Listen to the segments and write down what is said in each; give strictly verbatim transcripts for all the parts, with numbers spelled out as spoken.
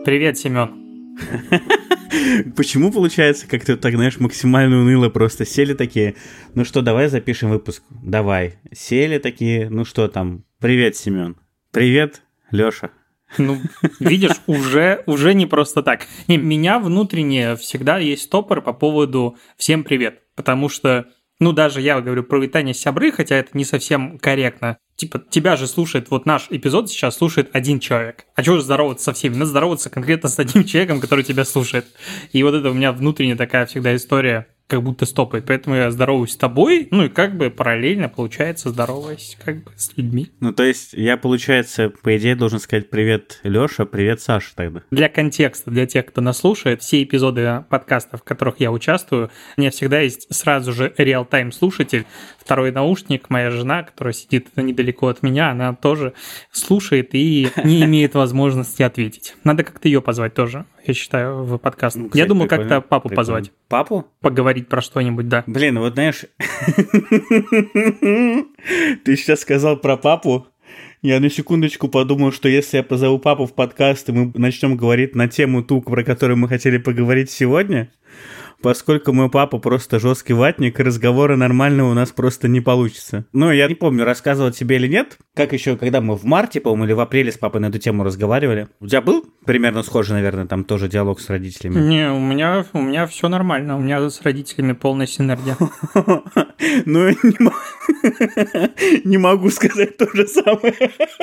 Привет, Семен. Почему получается как-то так, знаешь, максимально уныло просто сели такие, ну что, давай запишем выпуск, давай. Сели такие, ну что там, привет, Семен, привет, Лёша. Ну, видишь, уже, уже не просто так. Не, меня внутренне всегда есть стопор по поводу «всем привет», потому что, ну, даже я говорю про витание сябры, хотя это не совсем корректно. Типа, тебя же слушает, вот наш эпизод сейчас слушает один человек. А чего же здороваться со всеми? Надо здороваться конкретно с одним человеком, который тебя слушает. И вот это у меня внутренне такая всегда история, как будто стопает. Поэтому я здороваюсь с тобой, ну и как бы параллельно, получается, здороваюсь как бы с людьми. Ну, то есть я, получается, по идее, должен сказать привет, Лёша, привет, Саша тогда. Для контекста, для тех, кто нас слушает, все эпизоды подкастов, в которых я участвую, у меня всегда есть сразу же реал-тайм слушатель, второй наушник, моя жена, которая сидит недалеко от меня, она тоже слушает и не имеет возможности ответить. Надо как-то ее позвать тоже, я считаю, в подкаст. Ну, кстати, я думаю, как-то папу прикольно. Позвать. Папу? Поговорить про что-нибудь, да. Блин, вот знаешь, ты сейчас сказал про папу. Я на секундочку подумал, что если я позову папу в подкаст, и мы начнем говорить на тему ту, про которую мы хотели поговорить сегодня, поскольку мой папа просто жесткий ватник, разговора нормального у нас просто не получится. Ну, я не помню, рассказывал тебе или нет, как еще, когда мы в марте, по-моему, или в апреле с папой на эту тему разговаривали. У тебя был примерно схожий, наверное, там тоже диалог с родителями? Не, у меня, у меня все нормально, у меня с родителями полная синергия. Ну, не могу сказать то же самое.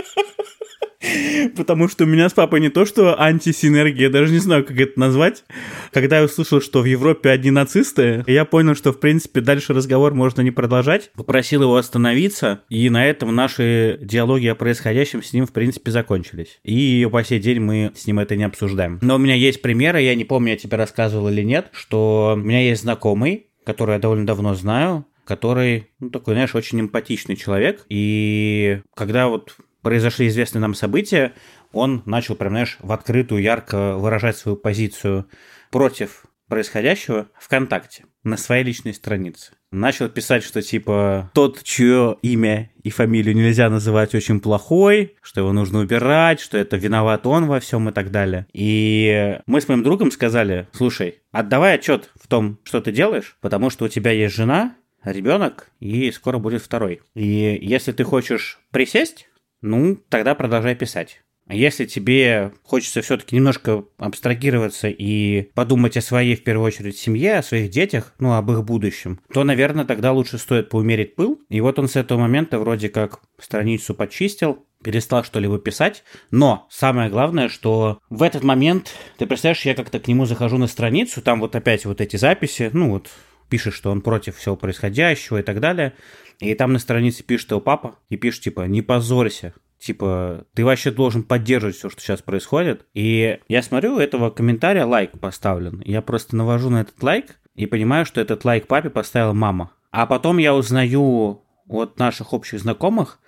Потому что у меня с папой не то, что антисинергия, я даже не знаю, как это назвать. Когда я услышал, что в Европе одни нацисты, я понял, что, в принципе, дальше разговор можно не продолжать. Попросил его остановиться, и на этом наши диалоги о происходящем с ним, в принципе, закончились. И по сей день мы с ним это не обсуждаем. Но у меня есть примеры, я не помню, я тебе рассказывал или нет, что у меня есть знакомый, который я довольно давно знаю, который, ну, такой, знаешь, очень эмпатичный человек. И когда вот произошли известные нам события, он начал, прям, знаешь, в открытую, ярко выражать свою позицию против происходящего ВКонтакте на своей личной странице. Начал писать, что типа тот, чье имя и фамилию нельзя называть, очень плохой, что его нужно убирать, что это виноват он во всем и так далее. И мы с моим другом сказали: слушай, отдавай отчет в том, что ты делаешь, потому что у тебя есть жена, ребенок, и скоро будет второй. И если ты хочешь присесть, ну, тогда продолжай писать. Если тебе хочется все-таки немножко абстрагироваться и подумать о своей, в первую очередь, семье, о своих детях, ну, об их будущем, то, наверное, тогда лучше стоит поумерить пыл. И вот он с этого момента вроде как страницу почистил, перестал что-либо писать. Но самое главное, что в этот момент, ты представляешь, я как-то к нему захожу на страницу, там вот опять вот эти записи, ну вот, пишет, что он против всего происходящего и так далее. И там на странице пишет его папа и пишет, типа, не позорься. Типа, ты вообще должен поддерживать все, что сейчас происходит. И я смотрю, у этого комментария лайк поставлен. Я просто навожу на этот лайк и понимаю, что этот лайк папе поставила мама. А потом я узнаю от наших общих знакомых,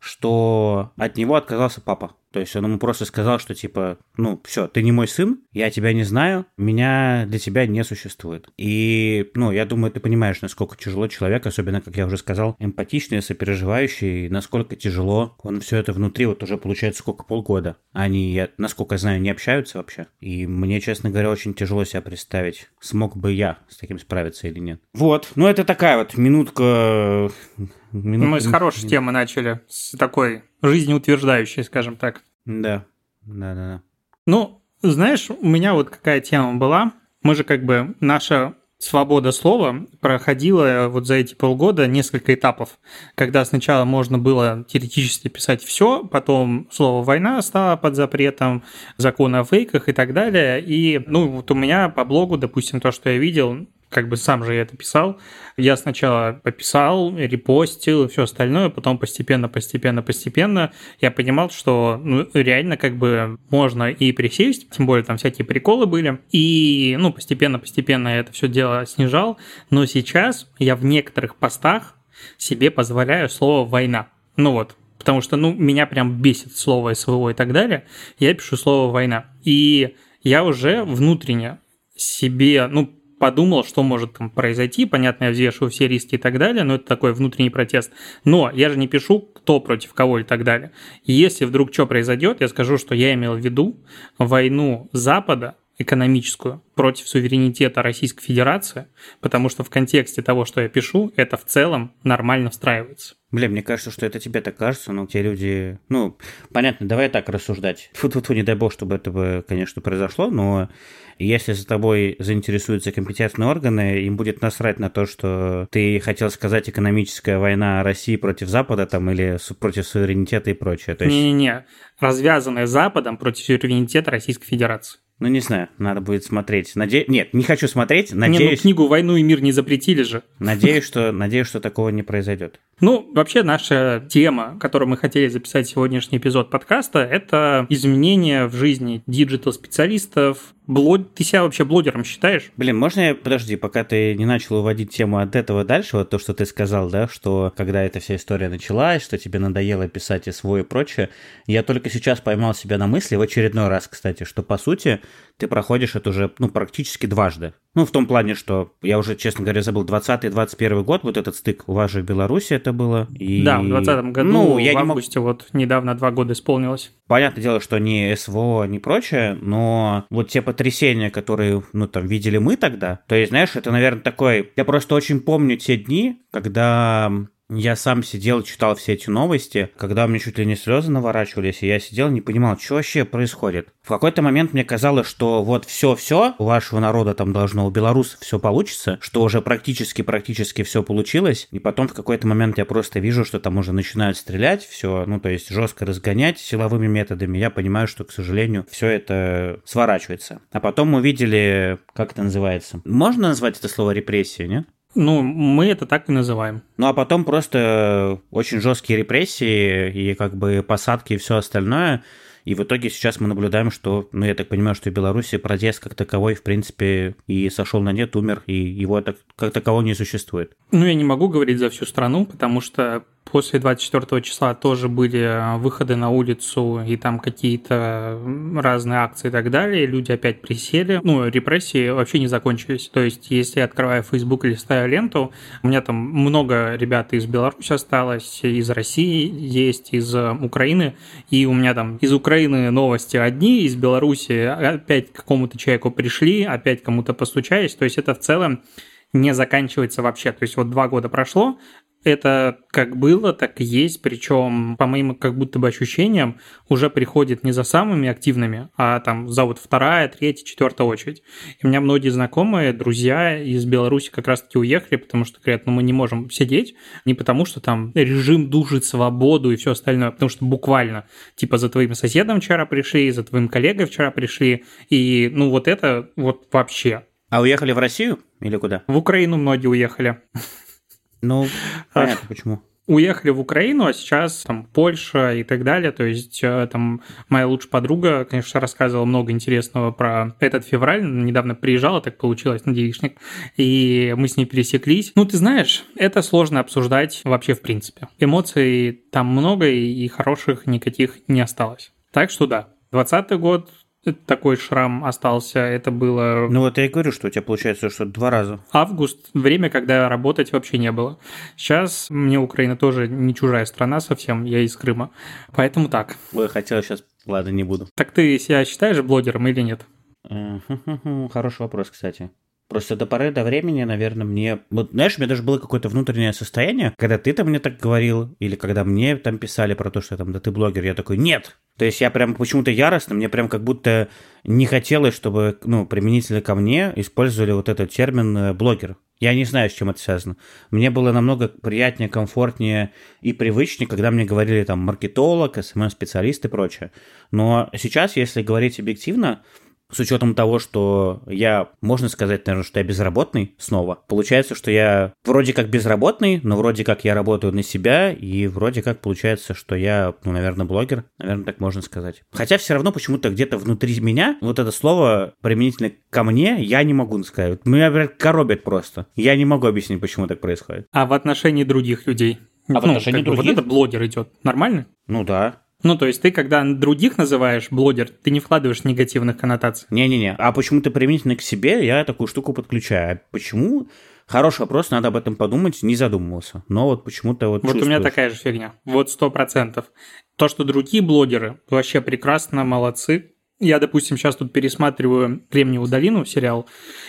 что от него отказался папа. То есть он ему просто сказал, что типа, ну, все, ты не мой сын, я тебя не знаю, меня для тебя не существует. И, ну, я думаю, ты понимаешь, насколько тяжело человек, особенно, как я уже сказал, эмпатичный, сопереживающий, насколько тяжело он все это внутри, вот уже получается сколько, полгода. Они, я, насколько я знаю, не общаются вообще. И мне, честно говоря, очень тяжело себя представить, смог бы я с таким справиться или нет. Вот, ну это такая вот минутка... Минут... Мы с хорошей темы начали, с такой жизнеутверждающей, скажем так. Да, да-да-да. Ну, знаешь, у меня вот какая тема была. Мы же как бы, наша свобода слова проходила вот за эти полгода несколько этапов, когда сначала можно было теоретически писать все, потом слово «война» стало под запретом, закон о фейках и так далее. И, ну, вот у меня по блогу, допустим, то, что я видел, как бы сам же я это писал. Я сначала пописал, репостил и все остальное, потом постепенно, постепенно, постепенно я понимал, что ну, реально как бы можно и присесть, тем более там всякие приколы были, и ну постепенно, постепенно я это все дело снижал, но сейчас я в некоторых постах себе позволяю слово «война». Ну вот, потому что ну меня прям бесит слово СВО и так далее, я пишу слово «война». И я уже внутренне себе, ну, подумал, что может там произойти. Понятно, я взвешиваю все риски и так далее, но это такой внутренний протест. Но я же не пишу, кто против кого и так далее. И если вдруг что произойдет, я скажу, что я имел в виду войну Запада, экономическую, против суверенитета Российской Федерации, потому что в контексте того, что я пишу, это в целом нормально встраивается. Бля, мне кажется, что это тебе так кажется, но те люди... Ну, понятно, давай так рассуждать. Фу-фу-фу, не дай бог, чтобы это, конечно, произошло, но если за тобой заинтересуются компетентные органы, им будет насрать на то, что ты хотел сказать экономическая война России против Запада там, или против суверенитета и прочее. То есть... Не-не-не, развязанная Западом против суверенитета Российской Федерации. Ну, не знаю, надо будет смотреть. Наде... Нет, не хочу смотреть, надеюсь... Не, ну книгу «Войну и мир» не запретили же. Надеюсь, что, надеюсь, что такого не произойдет. Ну, вообще наша тема, которую мы хотели записать сегодняшний эпизод подкаста, это изменения в жизни диджитал-специалистов. Блог... Ты себя вообще блогером считаешь? Блин, можно я... Подожди, пока ты не начал уводить тему от этого дальше, вот то, что ты сказал, да, что когда эта вся история началась, что тебе надоело писать СВО и прочее, я только сейчас поймал себя на мысли, в очередной раз, кстати, что, по сути, ты проходишь это уже, ну, практически дважды. Ну, в том плане, что я уже, честно говоря, забыл, двадцатый-двадцать первый год, вот этот стык у вас же в Беларуси это было. И... Да, в двадцатом году, ну, в я августе, не мог... вот недавно два года исполнилось. Понятное дело, что не СВО, не прочее, но вот те потрясения, которые, ну, там, видели мы тогда, то есть, знаешь, это, наверное, такой... Я просто очень помню те дни, когда... Я сам сидел, читал все эти новости, когда у меня чуть ли не слезы наворачивались, и я сидел, не понимал, что вообще происходит. В какой-то момент мне казалось, что вот все-все у вашего народа там должно, у белорусов все получится, что уже практически-практически все получилось, и потом в какой-то момент я просто вижу, что там уже начинают стрелять, все, ну то есть жестко разгонять силовыми методами. Я понимаю, что, к сожалению, все это сворачивается. А потом мы видели, как это называется? Можно назвать это слово репрессии, нет? Ну, мы это так и называем. Ну, а потом просто очень жесткие репрессии и как бы посадки и все остальное. И в итоге сейчас мы наблюдаем, что, ну, я так понимаю, что в Беларуси протест как таковой, в принципе, и сошел на нет, умер, и его так, как такового не существует. Ну, я не могу говорить за всю страну, потому что после двадцать четвёртого числа тоже были выходы на улицу, и там какие-то разные акции и так далее, люди опять присели. Ну, репрессии вообще не закончились. То есть, если я открываю Facebook и листаю ленту, у меня там много ребят из Беларуси осталось, из России есть, из Украины, и у меня там из Украины новости одни, из Беларуси опять к какому-то человеку пришли, опять кому-то постучались. То есть, это в целом не заканчивается вообще. То есть, вот два года прошло, это как было, так и есть, причем, по моим как будто бы ощущениям, уже приходит не за самыми активными, а там за вот вторая, третья, четвертая очередь. И у меня многие знакомые, друзья из Беларуси как раз-таки уехали, потому что говорят, ну мы не можем сидеть, не потому что там режим душит свободу и все остальное, потому что буквально, типа за твоим соседом вчера пришли, за твоим коллегой вчера пришли, и ну вот это вот вообще. А уехали в Россию или куда? В Украину многие уехали. Ну, понятно, почему. Уехали в Украину, а сейчас там Польша и так далее. То есть там моя лучшая подруга, конечно, рассказывала много интересного про этот февраль. Недавно приезжала, так получилось, на девичник. И мы с ней пересеклись. Ну, ты знаешь, это сложно обсуждать вообще в принципе. Эмоций там много, и хороших никаких не осталось. Так что да, двадцатый год... Такой шрам остался, это было... Ну вот я и говорю, что у тебя получается, что два раза. Август, время, когда работать вообще не было. Сейчас мне Украина тоже не чужая страна совсем, я из Крыма, поэтому так. Ой, хотел сейчас... Ладно, не буду. Так ты себя считаешь блогером или нет? Хороший вопрос, кстати. Просто до поры до времени, наверное, мне... Вот, знаешь, у меня даже было какое-то внутреннее состояние, когда ты там мне так говорил, или когда мне там писали про то, что там, да ты блогер, я такой, нет! То есть я прям почему-то яростно, мне прям как будто не хотелось, чтобы, ну, применители ко мне использовали вот этот термин «блогер». Я не знаю, с чем это связано. Мне было намного приятнее, комфортнее и привычнее, когда мне говорили там маркетолог, эс эм эм-специалист и прочее. Но сейчас, если говорить объективно, с учетом того, что я, можно сказать, наверное, что я безработный снова. Получается, что я вроде как безработный, но вроде как я работаю на себя, и вроде как получается, что я, ну, наверное, блогер. Наверное, так можно сказать. Хотя все равно почему-то где-то внутри меня вот это слово применительно ко мне я не могу сказать. Меня, например, коробит просто. Я не могу объяснить, почему так происходит. А в отношении других людей? А ну, в отношении как бы других? Вот этот блогер идет. Нормально? Ну да. Ну, то есть ты, когда других называешь блогер, ты не вкладываешь негативных коннотаций. Не-не-не, а почему-то применительно к себе я такую штуку подключаю. Почему? Хороший вопрос, надо об этом подумать, не задумывался. Но вот почему-то вот Вот у меня такая же фигня, вот сто процентов. То, что другие блогеры вообще прекрасно, молодцы. Я, допустим, сейчас тут пересматриваю «Кремниевую долину» сериал,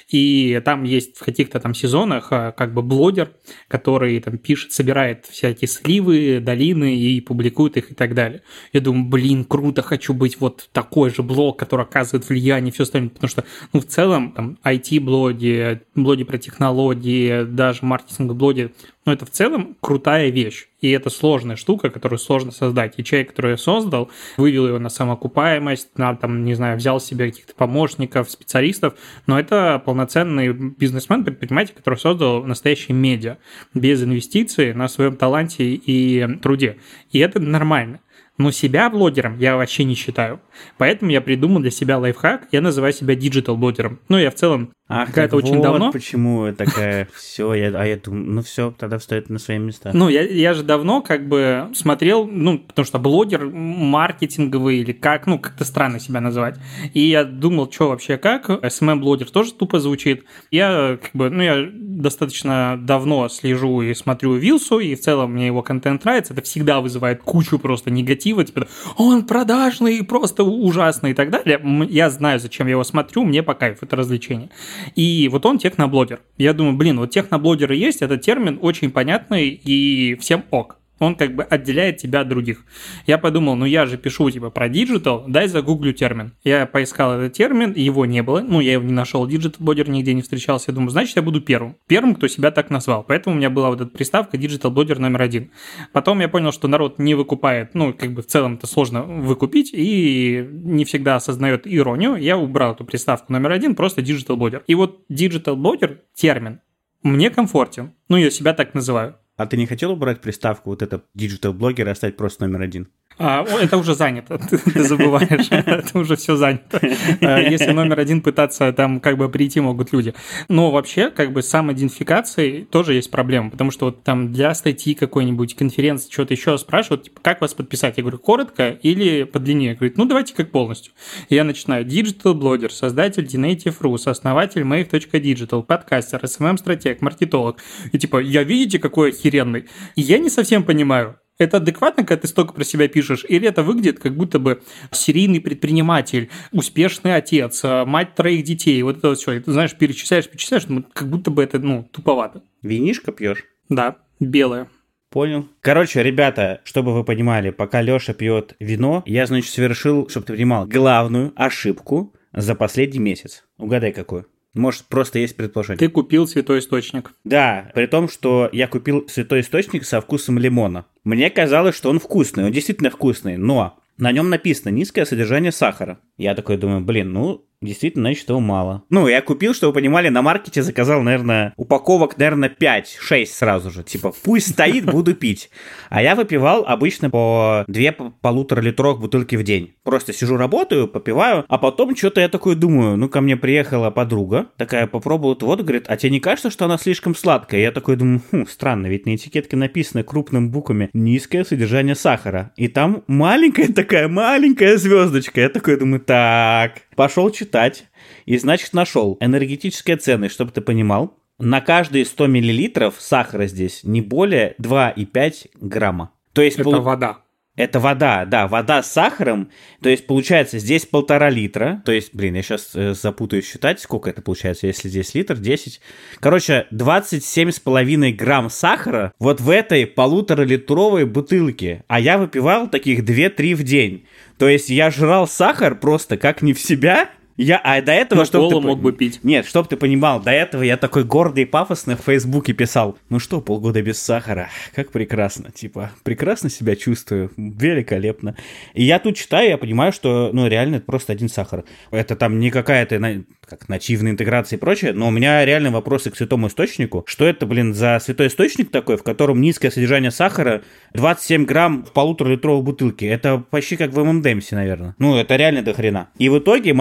и там есть в каких-то там сезонах как бы блогер, который там пишет, собирает всякие сливы, долины и публикует их и так далее. Я думаю, блин, круто, хочу быть вот такой же блог, который оказывает влияние, все остальное, потому что, ну, в целом, там, ай ти-блоги, блоги про технологии, даже маркетинг-блоги, но это в целом крутая вещь. И это сложная штука, которую сложно создать. И человек, который ее создал, вывел его на самоокупаемость, на, там, не знаю, взял себе каких-то помощников, специалистов. Но это полноценный бизнесмен, предприниматель, который создал настоящие медиа без инвестиций на своем таланте и труде. И это нормально. Но себя блогером я вообще не считаю. Поэтому я придумал для себя лайфхак. Я называю себя диджитал-блогером. Ну, я в целом Ах, какая-то вот очень давно. Почему такая, все, я, а я думаю, ну все, тогда встает на свои места. Ну, я, я же давно как бы смотрел, ну, потому что блогер маркетинговый или как, ну, как-то странно себя называть. И я думал, что вообще как, эс эм эм-блогер тоже тупо звучит. Я как бы, ну, я достаточно давно слежу и смотрю Вилсу, и в целом мне его контент нравится. Это всегда вызывает кучу просто негатива, типа, он продажный, просто ужасный и так далее. Я знаю, зачем я его смотрю, мне по кайфу, это развлечение. И вот он техноблогер. Я думаю, блин, вот техноблогеры есть, этот термин очень понятный и всем ок. Он как бы отделяет тебя от других. Я подумал, ну я же пишу типа про диджитал, дай загуглю термин. Я поискал этот термин, его не было, ну я его не нашел, диджитал-блогер нигде не встречался. Я думаю, значит, я буду первым. Первым, кто себя так назвал. Поэтому у меня была вот эта приставка диджитал-блогер номер один. Потом я понял, что народ не выкупает, ну как бы в целом это сложно выкупить и не всегда осознает иронию. Я убрал эту приставку номер один, просто диджитал-блогер. И вот диджитал-блогер термин мне комфортен. Ну я себя так называю. А ты не хотел убрать приставку вот это диджитал-блогер и оставить просто номер один? А, это уже занято, ты, ты забываешь, это уже все занято. Если номер один пытаться там как бы прийти могут люди. Но вообще как бы с самоидентификацией тоже есть проблема, потому что вот там для статьи какой-нибудь, конференции, что-то еще спрашивают, типа, как вас подписать? Я говорю, коротко или подлиннее? Говорит, ну давайте как полностью. И я начинаю. Диджитал-блогер, создатель ди нейтив точка ру, сооснователь мейв точка диджитал, подкастер, эс эм эм-стратег, маркетолог. И типа, я видите, какой охеренный? И я не совсем понимаю, это адекватно, когда ты столько про себя пишешь, или это выглядит как будто бы серийный предприниматель, успешный отец, мать троих детей, вот это вот все. И ты, знаешь, перечисляешь, перечисляешь, ну, как будто бы это, ну, туповато. Винишко пьешь? Да, белое. Понял. Короче, ребята, чтобы вы понимали, пока Лёша пьет вино, я, значит, совершил, чтобы ты понимал, главную ошибку за последний месяц. Угадай, какую? Может, просто есть предположение. Ты купил святой источник. Да, при том, что я купил святой источник со вкусом лимона. Мне казалось, что он вкусный, он действительно вкусный, но на нем написано низкое содержание сахара. Я такой думаю, блин, ну, действительно, значит, его мало. Ну, я купил, чтобы вы понимали, на маркете заказал, наверное, упаковок, наверное, пять-шесть сразу же. Типа, пусть стоит, буду пить. А я выпивал обычно по две полуторалитровых бутылки в день. Просто сижу, работаю, попиваю, а потом что-то я такой думаю, ну, ко мне приехала подруга, такая попробовала вот, говорит, а тебе не кажется, что она слишком сладкая? Я такой думаю, хм, странно, ведь на этикетке написано крупными буквами низкое содержание сахара. И там маленькая такая, маленькая звездочка. Я такой думаю, так, пошел читать. И, значит, нашел энергетическая ценность, чтобы ты понимал. На каждые сто миллилитров сахара здесь не более два и пять грамма. То есть это пол... вода. Это вода, да, вода с сахаром. То есть, получается, здесь полтора литра. То есть, блин, я сейчас э, запутаюсь считать, сколько это получается, если здесь литр, десять. Короче, двадцать семь с половиной грамм сахара вот в этой полуторалитровой бутылке. А я выпивал таких два-три в день. То есть, я жрал сахар просто как не в себя. Я, а до этого, ну, чтобы ты мог бы пить. Нет, чтоб ты понимал, до этого я такой гордый и пафосный в Фейсбуке писал. Ну что, полгода без сахара, как прекрасно, типа, прекрасно себя чувствую, великолепно. И я тут читаю, я понимаю, что, ну, реально это просто один сахар. Это там не какая-то, как, нативная интеграция и прочее, но у меня реально вопросы к святому источнику. Что это, блин, за святой источник такой, в котором низкое содержание сахара, двадцать семь грамм в полуторалитровой бутылке? Это почти как в эм энд эмсе, наверное. Ну, это реально до хрена. И в итоге моя проблема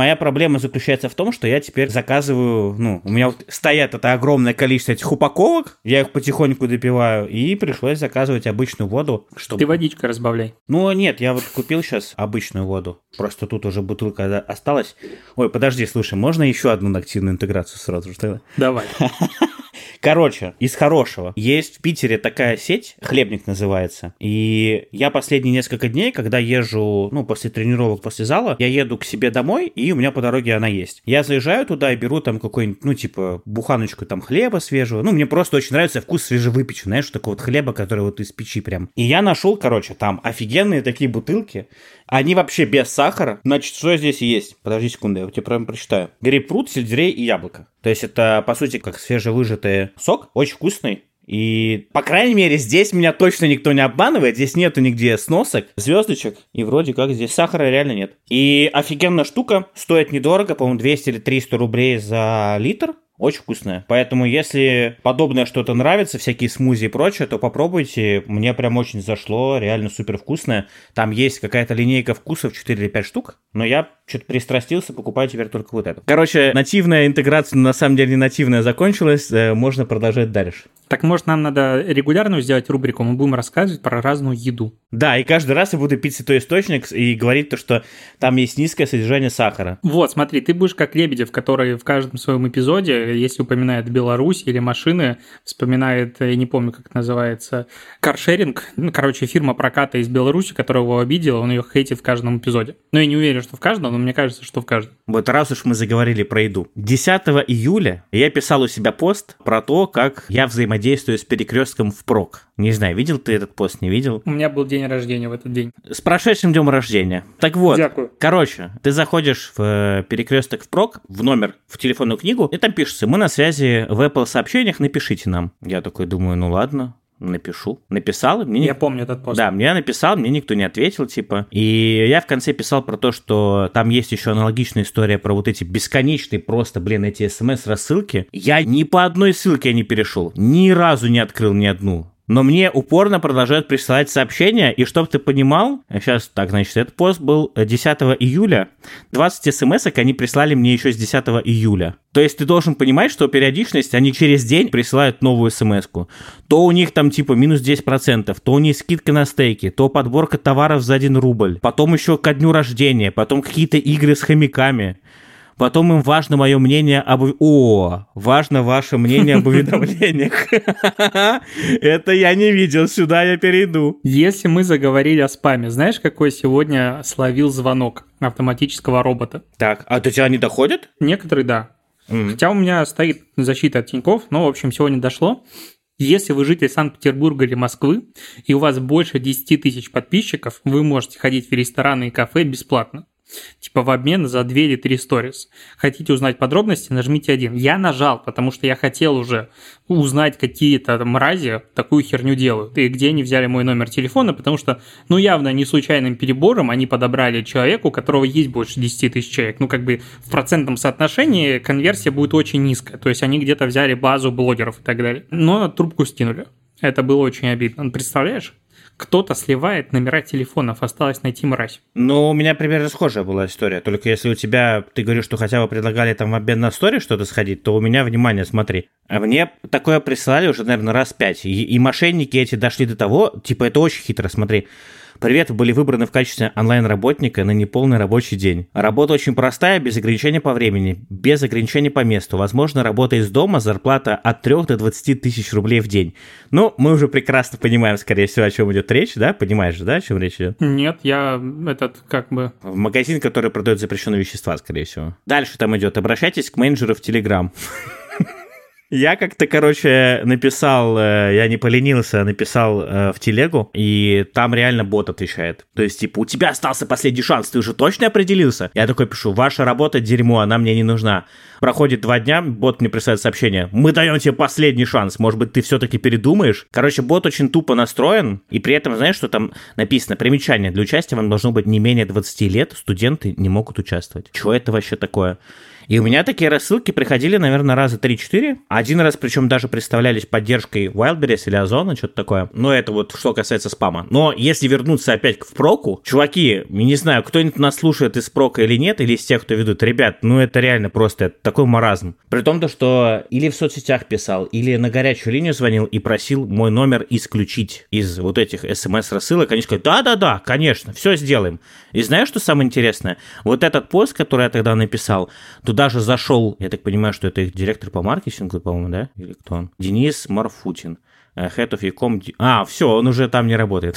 проблема заключается в том, что я теперь заказываю, ну, у меня вот стоят это огромное количество этих упаковок, я их потихоньку допиваю, и пришлось заказывать обычную воду, чтобы... Ты водичкой разбавляй. Ну, нет, я вот купил сейчас обычную воду, просто тут уже бутылка осталась. Ой, подожди, слушай, можно еще одну активную интеграцию сразу же? Давай. Короче, из хорошего. Есть в Питере такая сеть, Хлебник называется. И я последние несколько дней, когда езжу, ну, после тренировок, после зала, я еду к себе домой, и у меня по дороге она есть. Я заезжаю туда и беру там какой-нибудь, ну, типа, буханочку там хлеба свежего. Ну, мне просто очень нравится вкус свежевыпеченного, знаешь, такого вот хлеба, который вот из печи прям. И я нашел, короче, там офигенные такие бутылки. Они вообще без сахара. Значит, что здесь есть? Подожди секунду, я тебе прям прочитаю. Грейпфрут, сельдерей и яблоко. То есть это, по сути, как свежевыжатый сок. Очень вкусный. И, по крайней мере, здесь меня точно никто не обманывает. Здесь нету нигде сносок, звездочек. И вроде как здесь сахара реально нет. И офигенная штука. Стоит недорого, по-моему, двести или триста рублей за литр. Очень вкусная. Поэтому, если подобное что-то нравится, всякие смузи и прочее, то попробуйте. Мне прям очень зашло. Реально супер вкусная. Там есть какая-то линейка вкусов, четыре или пять штук. Но я что-то пристрастился, покупаю теперь только вот эту. Короче, нативная интеграция, на самом деле не нативная, закончилась. Можно продолжать дальше. Так, может, нам надо регулярно сделать рубрику, мы будем рассказывать про разную еду. Да, и каждый раз я буду пить святой источник и говорить то, что там есть низкое содержание сахара. Вот, смотри, ты будешь как Лебедев, который в каждом своем эпизоде, если упоминает Беларусь или машины, вспоминает, я не помню, как это называется, каршеринг, ну, короче, фирма проката из Беларуси, которая его обидела, он ее хейтит в каждом эпизоде. Но я не уверен, что в каждом, но мне кажется, что в каждом. Вот раз уж мы заговорили про еду. десятого июля я писал у себя пост про то, как я взаимодействую действую с перекрестком впрок. Не знаю, видел ты этот пост, не видел? У меня был день рождения в этот день. С прошедшим днем рождения. Так вот, Дякую. Короче, ты заходишь в перекресток впрок, в номер, в телефонную книгу, и там пишется: мы на связи в Apple сообщениях, напишите нам. Я такой думаю, ну ладно. Напишу. Написал, мне... Я помню этот пост. Да, мне написал, мне никто не ответил, типа. И я в конце писал про то, что там есть еще аналогичная история про вот эти бесконечные просто, блин, эти смс-рассылки. Я ни по одной ссылке не перешел, ни разу не открыл ни одну. Но мне упорно продолжают присылать сообщения, и чтоб ты понимал, сейчас, так, значит, этот пост был десятого июля, двадцать смс-ок они прислали мне еще с десятого июля. То есть ты должен понимать, что периодичность, они через день присылают новую смс-ку. То у них там типа минус десять процентов, то у них скидка на стейки, то подборка товаров за один рубль, потом еще ко дню рождения, потом какие-то игры с хомяками. Потом им важно мое мнение об... О, важно ваше мнение об уведомлениях. Это я не видел, сюда я перейду. Если мы заговорили о спаме, знаешь, какой сегодня словил звонок автоматического робота? Так, а до тебя не доходят? Некоторые, да. Mm. Хотя у меня стоит защита от Тинькофф, но, в общем, сегодня дошло. Если вы житель Санкт-Петербурга или Москвы, и у вас больше десять тысяч подписчиков, вы можете ходить в рестораны и кафе бесплатно. Типа в обмен за две или три сторис. Хотите узнать подробности, нажмите один. Я нажал, потому что я хотел уже узнать, какие-то мрази такую херню делают. И где они взяли мой номер телефона, потому что, ну, явно не случайным перебором они подобрали человеку, у которого есть больше десять тысяч человек. Ну, как бы в процентном соотношении конверсия будет очень низкая. То есть они где-то взяли базу блогеров и так далее. Но трубку скинули. Это было очень обидно. Представляешь? Кто-то сливает номера телефонов, осталось найти мразь. Ну, у меня примерно схожая была история. Только если у тебя, ты говоришь, что хотя бы предлагали там в обмен на стори что-то сходить, то у меня, внимание, смотри. А мне такое присылали уже, наверное, раз пять. И, и мошенники эти дошли до того, типа, это очень хитро, смотри. Привет, вы были выбраны в качестве онлайн-работника на неполный рабочий день. Работа очень простая, без ограничения по времени, без ограничения по месту. Возможно, работа из дома, зарплата от трёх до двадцати тысяч рублей в день. Ну, мы уже прекрасно понимаем, скорее всего, о чем идет речь, да? Понимаешь же, да, о чем речь идет? Нет, я этот, как бы... В магазин, который продает запрещенные вещества, скорее всего. Дальше там идет: обращайтесь к менеджеру в Telegram. Я как-то, короче, написал, я не поленился, написал в телегу, и там реально бот отвечает. То есть, типа, у тебя остался последний шанс, ты уже точно определился? Я такой пишу: ваша работа дерьмо, она мне не нужна. Проходит два дня, бот мне присылает сообщение: мы даем тебе последний шанс, может быть, ты все-таки передумаешь? Короче, бот очень тупо настроен, и при этом, знаешь, что там написано? Примечание: для участия вам должно быть не менее двадцати лет, студенты не могут участвовать. Чего это вообще такое? И у меня такие рассылки приходили, наверное, раза три-четыре. Один раз, причем даже представлялись поддержкой Wildberries или Озона, что-то такое. Но это вот что касается спама. Но если вернуться опять в проку, чуваки, не знаю, кто-нибудь нас слушает из прока или нет, или из тех, кто ведут, ребят, ну это реально просто это такой маразм. При том, то, что или в соцсетях писал, или на горячую линию звонил и просил мой номер исключить из вот этих смс-рассылок, они сказали, да-да-да, конечно, все сделаем. И знаешь, что самое интересное? Вот этот пост, который я тогда написал, туда же зашел, я так понимаю, что это их директор по маркетингу, по-моему, да? Или кто он? Денис Марфутин. Head of Ecom... А, все, он уже там не работает.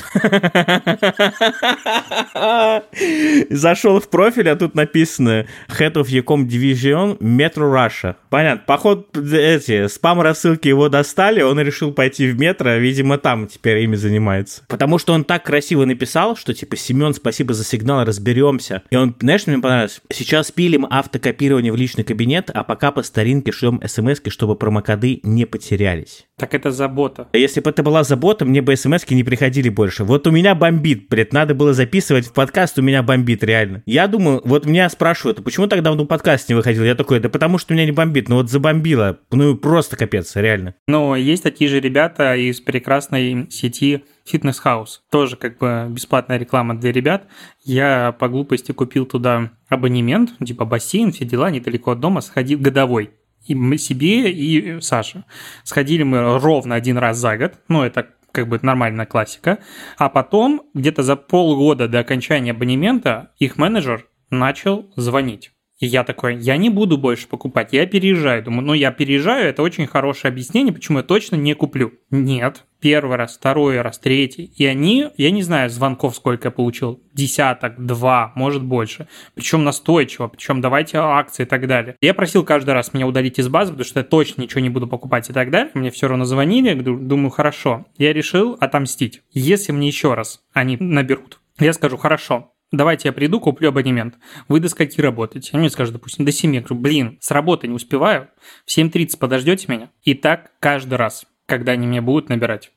Зашел в профиль, а тут написано Head of Ecom Division Metro Russia. Понятно, походу эти спам-рассылки его достали, он решил пойти в метро, видимо, там теперь ими занимается. Потому что он так красиво написал, что типа, Семен, спасибо за сигнал, разберемся. И он, знаешь, что мне понравилось? Сейчас пилим автокопирование в личный кабинет, а пока по старинке шлем смс-ки, чтобы промокоды не потерялись. Так это забота. Если бы это была забота, мне бы смс-ки не приходили больше. Вот у меня бомбит, блядь, надо было записывать в подкаст, у меня бомбит, реально. Я думаю, вот меня спрашивают, а почему так давно подкаст не выходил? Я такой, да потому что меня не бомбит, ну вот забомбило, ну просто капец, реально. Но есть такие же ребята из прекрасной сети Fitness House, тоже как бы бесплатная реклама для ребят. Я по глупости купил туда абонемент, типа бассейн, все дела, недалеко от дома, сходил годовой. И мы себе, и Саша. Сходили мы ровно один раз за год, ну, это как бы нормальная классика. А потом, где-то за полгода до окончания абонемента, их менеджер начал звонить. И я такой, я не буду больше покупать, я переезжаю. Думаю, ну я переезжаю, это очень хорошее объяснение, почему я точно не куплю. Нет, первый раз, второй раз, третий. И они, я не знаю, звонков сколько я получил, десяток, два, может больше. Причем настойчиво, причем давайте акции и так далее. Я просил каждый раз меня удалить из базы, потому что я точно ничего не буду покупать и так далее. Мне все равно звонили, думаю, хорошо. Я решил отомстить. Если мне еще раз они наберут, я скажу, хорошо. Давайте я приду, куплю абонемент. Вы до скольки работаете? Они мне скажут, допустим, до семи. Я говорю, блин, с работы не успеваю. В семь тридцать подождете меня? И так каждый раз, когда они меня будут набирать.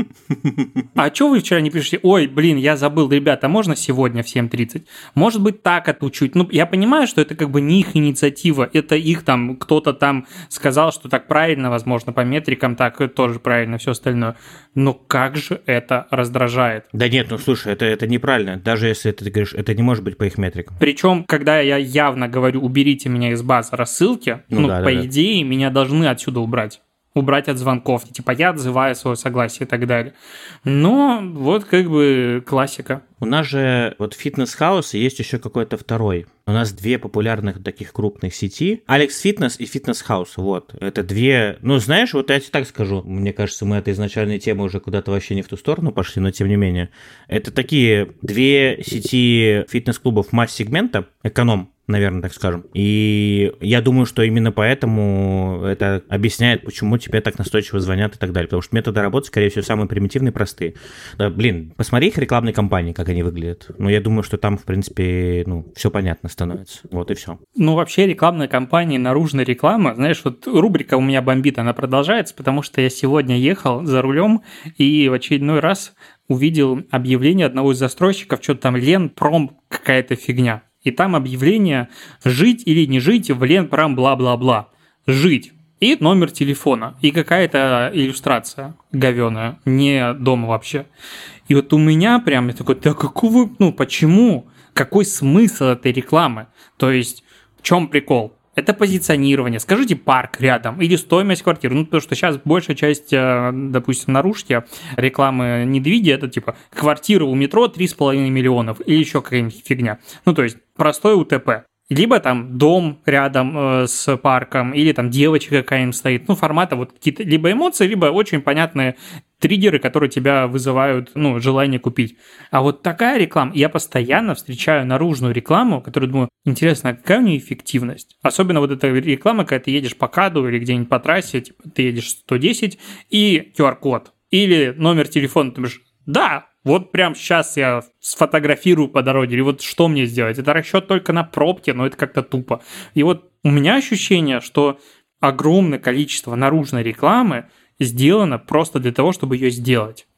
А что вы вчера не пришли? Ой, блин, я забыл, ребята, можно сегодня в семь тридцать? Может быть, так отучить? Ну, я понимаю, что это как бы не их инициатива, это их там, кто-то там сказал, что так правильно, возможно, по метрикам, так тоже правильно, все остальное. Но как же это раздражает? Да нет, ну слушай, это, это неправильно, даже если ты говоришь, это не может быть по их метрикам. Причем, когда я явно говорю, уберите меня из базы рассылки, ну, ну да, по да, идее, да. Меня должны отсюда убрать. Убрать от звонков, типа я отзываю свое согласие и так далее. Но вот как бы классика. У нас же вот в Fitness House есть еще какой-то второй. У нас две популярных таких крупных сети. Alex Fitness и Fitness House. Вот. Это две... Ну, знаешь, вот я тебе так скажу. Мне кажется, мы от изначальной темы уже куда-то вообще не в ту сторону пошли, но тем не менее. Это такие две сети фитнес-клубов масс-сегмента, эконом, наверное, так скажем. И я думаю, что именно поэтому это объясняет, почему тебе так настойчиво звонят и так далее. Потому что методы работы, скорее всего, самые примитивные и простые. Да, блин, посмотри их рекламные кампании, как они выглядят. Ну, я думаю, что там, в принципе, ну, все понятно становится. Вот и все. Ну, вообще, рекламная кампания, наружная реклама, знаешь, вот рубрика у меня бомбит, она продолжается, потому что я сегодня ехал за рулем и в очередной раз увидел объявление одного из застройщиков, что-то там Ленпром, какая-то фигня. И там объявление «Жить или не жить в Ленпром бла-бла-бла». Жить. И номер телефона. И какая-то иллюстрация говёная. Не дома вообще. И вот у меня прям, я такой, да какого, ну почему? Какой смысл этой рекламы? То есть, в чем прикол? Это позиционирование. Скажите парк рядом или стоимость квартиры. Ну, потому что сейчас большая часть, допустим, наружки рекламы недвиги, это типа квартира у метро три с половиной миллионов или еще какая-нибудь фигня. Ну, то есть простой УТП. Либо там дом рядом э, с парком, или там девочка какая-нибудь стоит. Ну, формата вот какие-то либо эмоции, либо очень понятные триггеры, которые тебя вызывают, ну, желание купить. А вот такая реклама, я постоянно встречаю наружную рекламу, которую думаю, интересно, а какая у нее эффективность? Особенно вот эта реклама, когда ты едешь по КАДу или где-нибудь по трассе, типа ты едешь сто десять, и ку ар-код, или номер телефона, ты говоришь, да, вот прям сейчас я сфотографирую по дороге, или вот что мне сделать? Это расчет только на пробки, но это как-то тупо. И вот у меня ощущение, что огромное количество наружной рекламы сделано просто для того, чтобы ее сделать.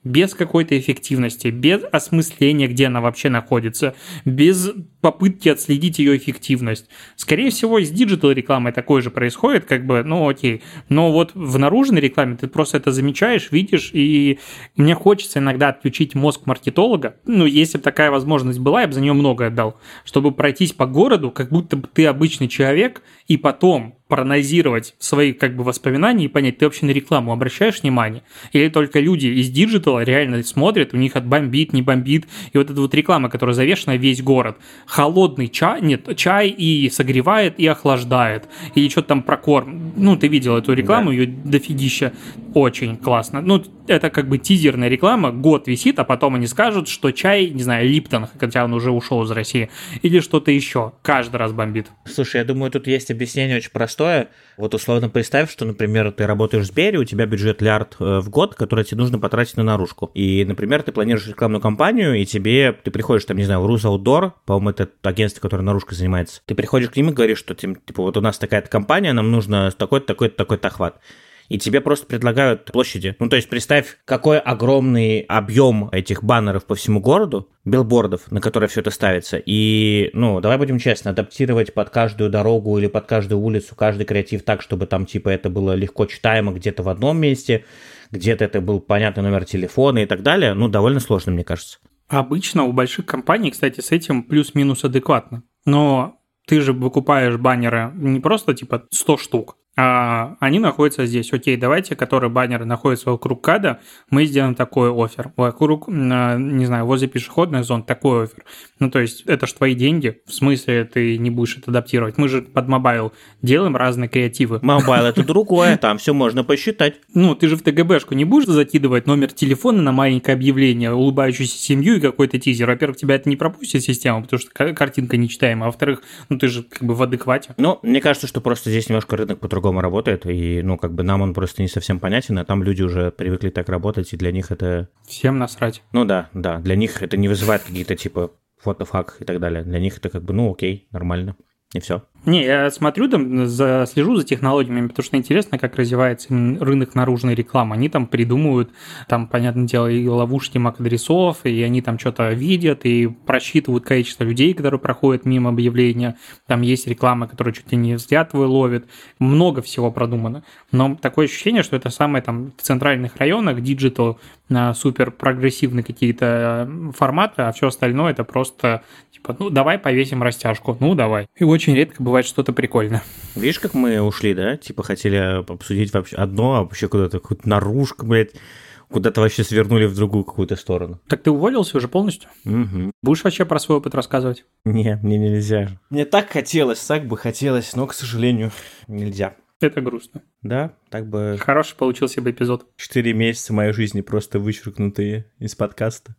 без какой-то эффективности, без осмысления, где она вообще находится, без попытки отследить ее эффективность. Скорее всего, и с диджитал-рекламой такое же происходит, как бы, ну окей. Но вот в наружной рекламе ты просто это замечаешь, видишь, и мне хочется иногда отключить мозг маркетолога. Ну, если бы такая возможность была, я бы за нее многое отдал, чтобы пройтись по городу, как будто бы ты обычный человек, и потом проанализировать свои как бы воспоминания и понять, ты вообще на рекламу обращаешь внимание? Или только люди из диджитала реально смотрят, у них от бомбит, не бомбит, и вот эта вот реклама, которая завешена весь город. Холодный чай, нет, чай и согревает, и охлаждает. Или что-то там про корм. Ну, ты видел эту рекламу, да. Ее дофигища. Очень классно. Ну, это как бы тизерная реклама, год висит, а потом они скажут, что чай, не знаю, Липтон, хотя он уже ушел из России, или что-то еще. Каждый раз бомбит. Слушай, я думаю, тут есть объяснение очень простое. Вот условно представь, что, например, ты работаешь в Сбере, у тебя бюджет лярд в год, который тебе нужно потратить на наружку. И, например, ты планируешь рекламную кампанию, и тебе, ты приходишь, там, не знаю, в Рус Outdoor, по-моему, это агентство, которое наружкой занимается. Ты приходишь к ним и говоришь, что, типа, вот у нас такая-то компания, нам нужно такой-то, такой-то, такой-то охват. И тебе просто предлагают площади. Ну, то есть представь, какой огромный объем этих баннеров по всему городу, билбордов, на которые все это ставится. И, ну, давай будем честны, адаптировать под каждую дорогу или под каждую улицу каждый креатив так, чтобы там, типа, это было легко читаемо где-то в одном месте, где-то это был понятный номер телефона и так далее, ну, довольно сложно, мне кажется. Обычно у больших компаний, кстати, с этим плюс-минус адекватно. Но ты же выкупаешь баннеры не просто, типа, сто штук, а они находятся здесь. Окей, давайте, которые баннеры находятся вокруг КАДа, мы сделаем такой оффер. Вокруг, не знаю, возле пешеходных зон такой оффер. Ну, то есть, это ж твои деньги. В смысле, ты не будешь это адаптировать. Мы же под мобайл делаем разные креативы. Мобайл – это другое, там все можно посчитать. Ну, ты же в ТГБшку не будешь закидывать номер телефона на маленькое объявление, улыбающуюся семью и какой-то тизер. Во-первых, тебя это не пропустит система, потому что картинка нечитаемая. А во-вторых, ну, ты же как бы в адеквате. Ну, мне кажется, что просто здесь немножко рынок по-другому работает, и, ну, как бы нам он просто не совсем понятен, а там люди уже привыкли так работать, и для них это... Всем насрать. Ну да, да, для них это не вызывает какие-то, типа, what the fuck и так далее. Для них это как бы, ну, окей, нормально, и все. Не, я смотрю там, за, слежу за технологиями, потому что интересно, как развивается рынок наружной рекламы. Они там придумывают, там, понятное дело, и ловушки мак-адресов, и они там что-то видят, и просчитывают количество людей, которые проходят мимо объявления. Там есть реклама, которая чуть ли не взгляд твой ловит. Много всего продумано. Но такое ощущение, что это самое там в центральных районах, диджитал, супер прогрессивные какие-то форматы, а все остальное это просто типа, ну, давай повесим растяжку, ну, давай. И очень редко бывает что-то прикольное. Видишь, как мы ушли, да? Типа хотели обсудить вообще одно, а вообще куда-то какую-то наружку, блядь, куда-то вообще свернули в другую какую-то сторону. Так ты уволился уже полностью? Угу. Будешь вообще про свой опыт рассказывать? Не, мне нельзя. Мне так хотелось, так бы хотелось, но, к сожалению, нельзя. Это грустно. Да, так бы... Хороший получился бы эпизод. Четыре месяца моей жизни просто вычеркнутые из подкаста.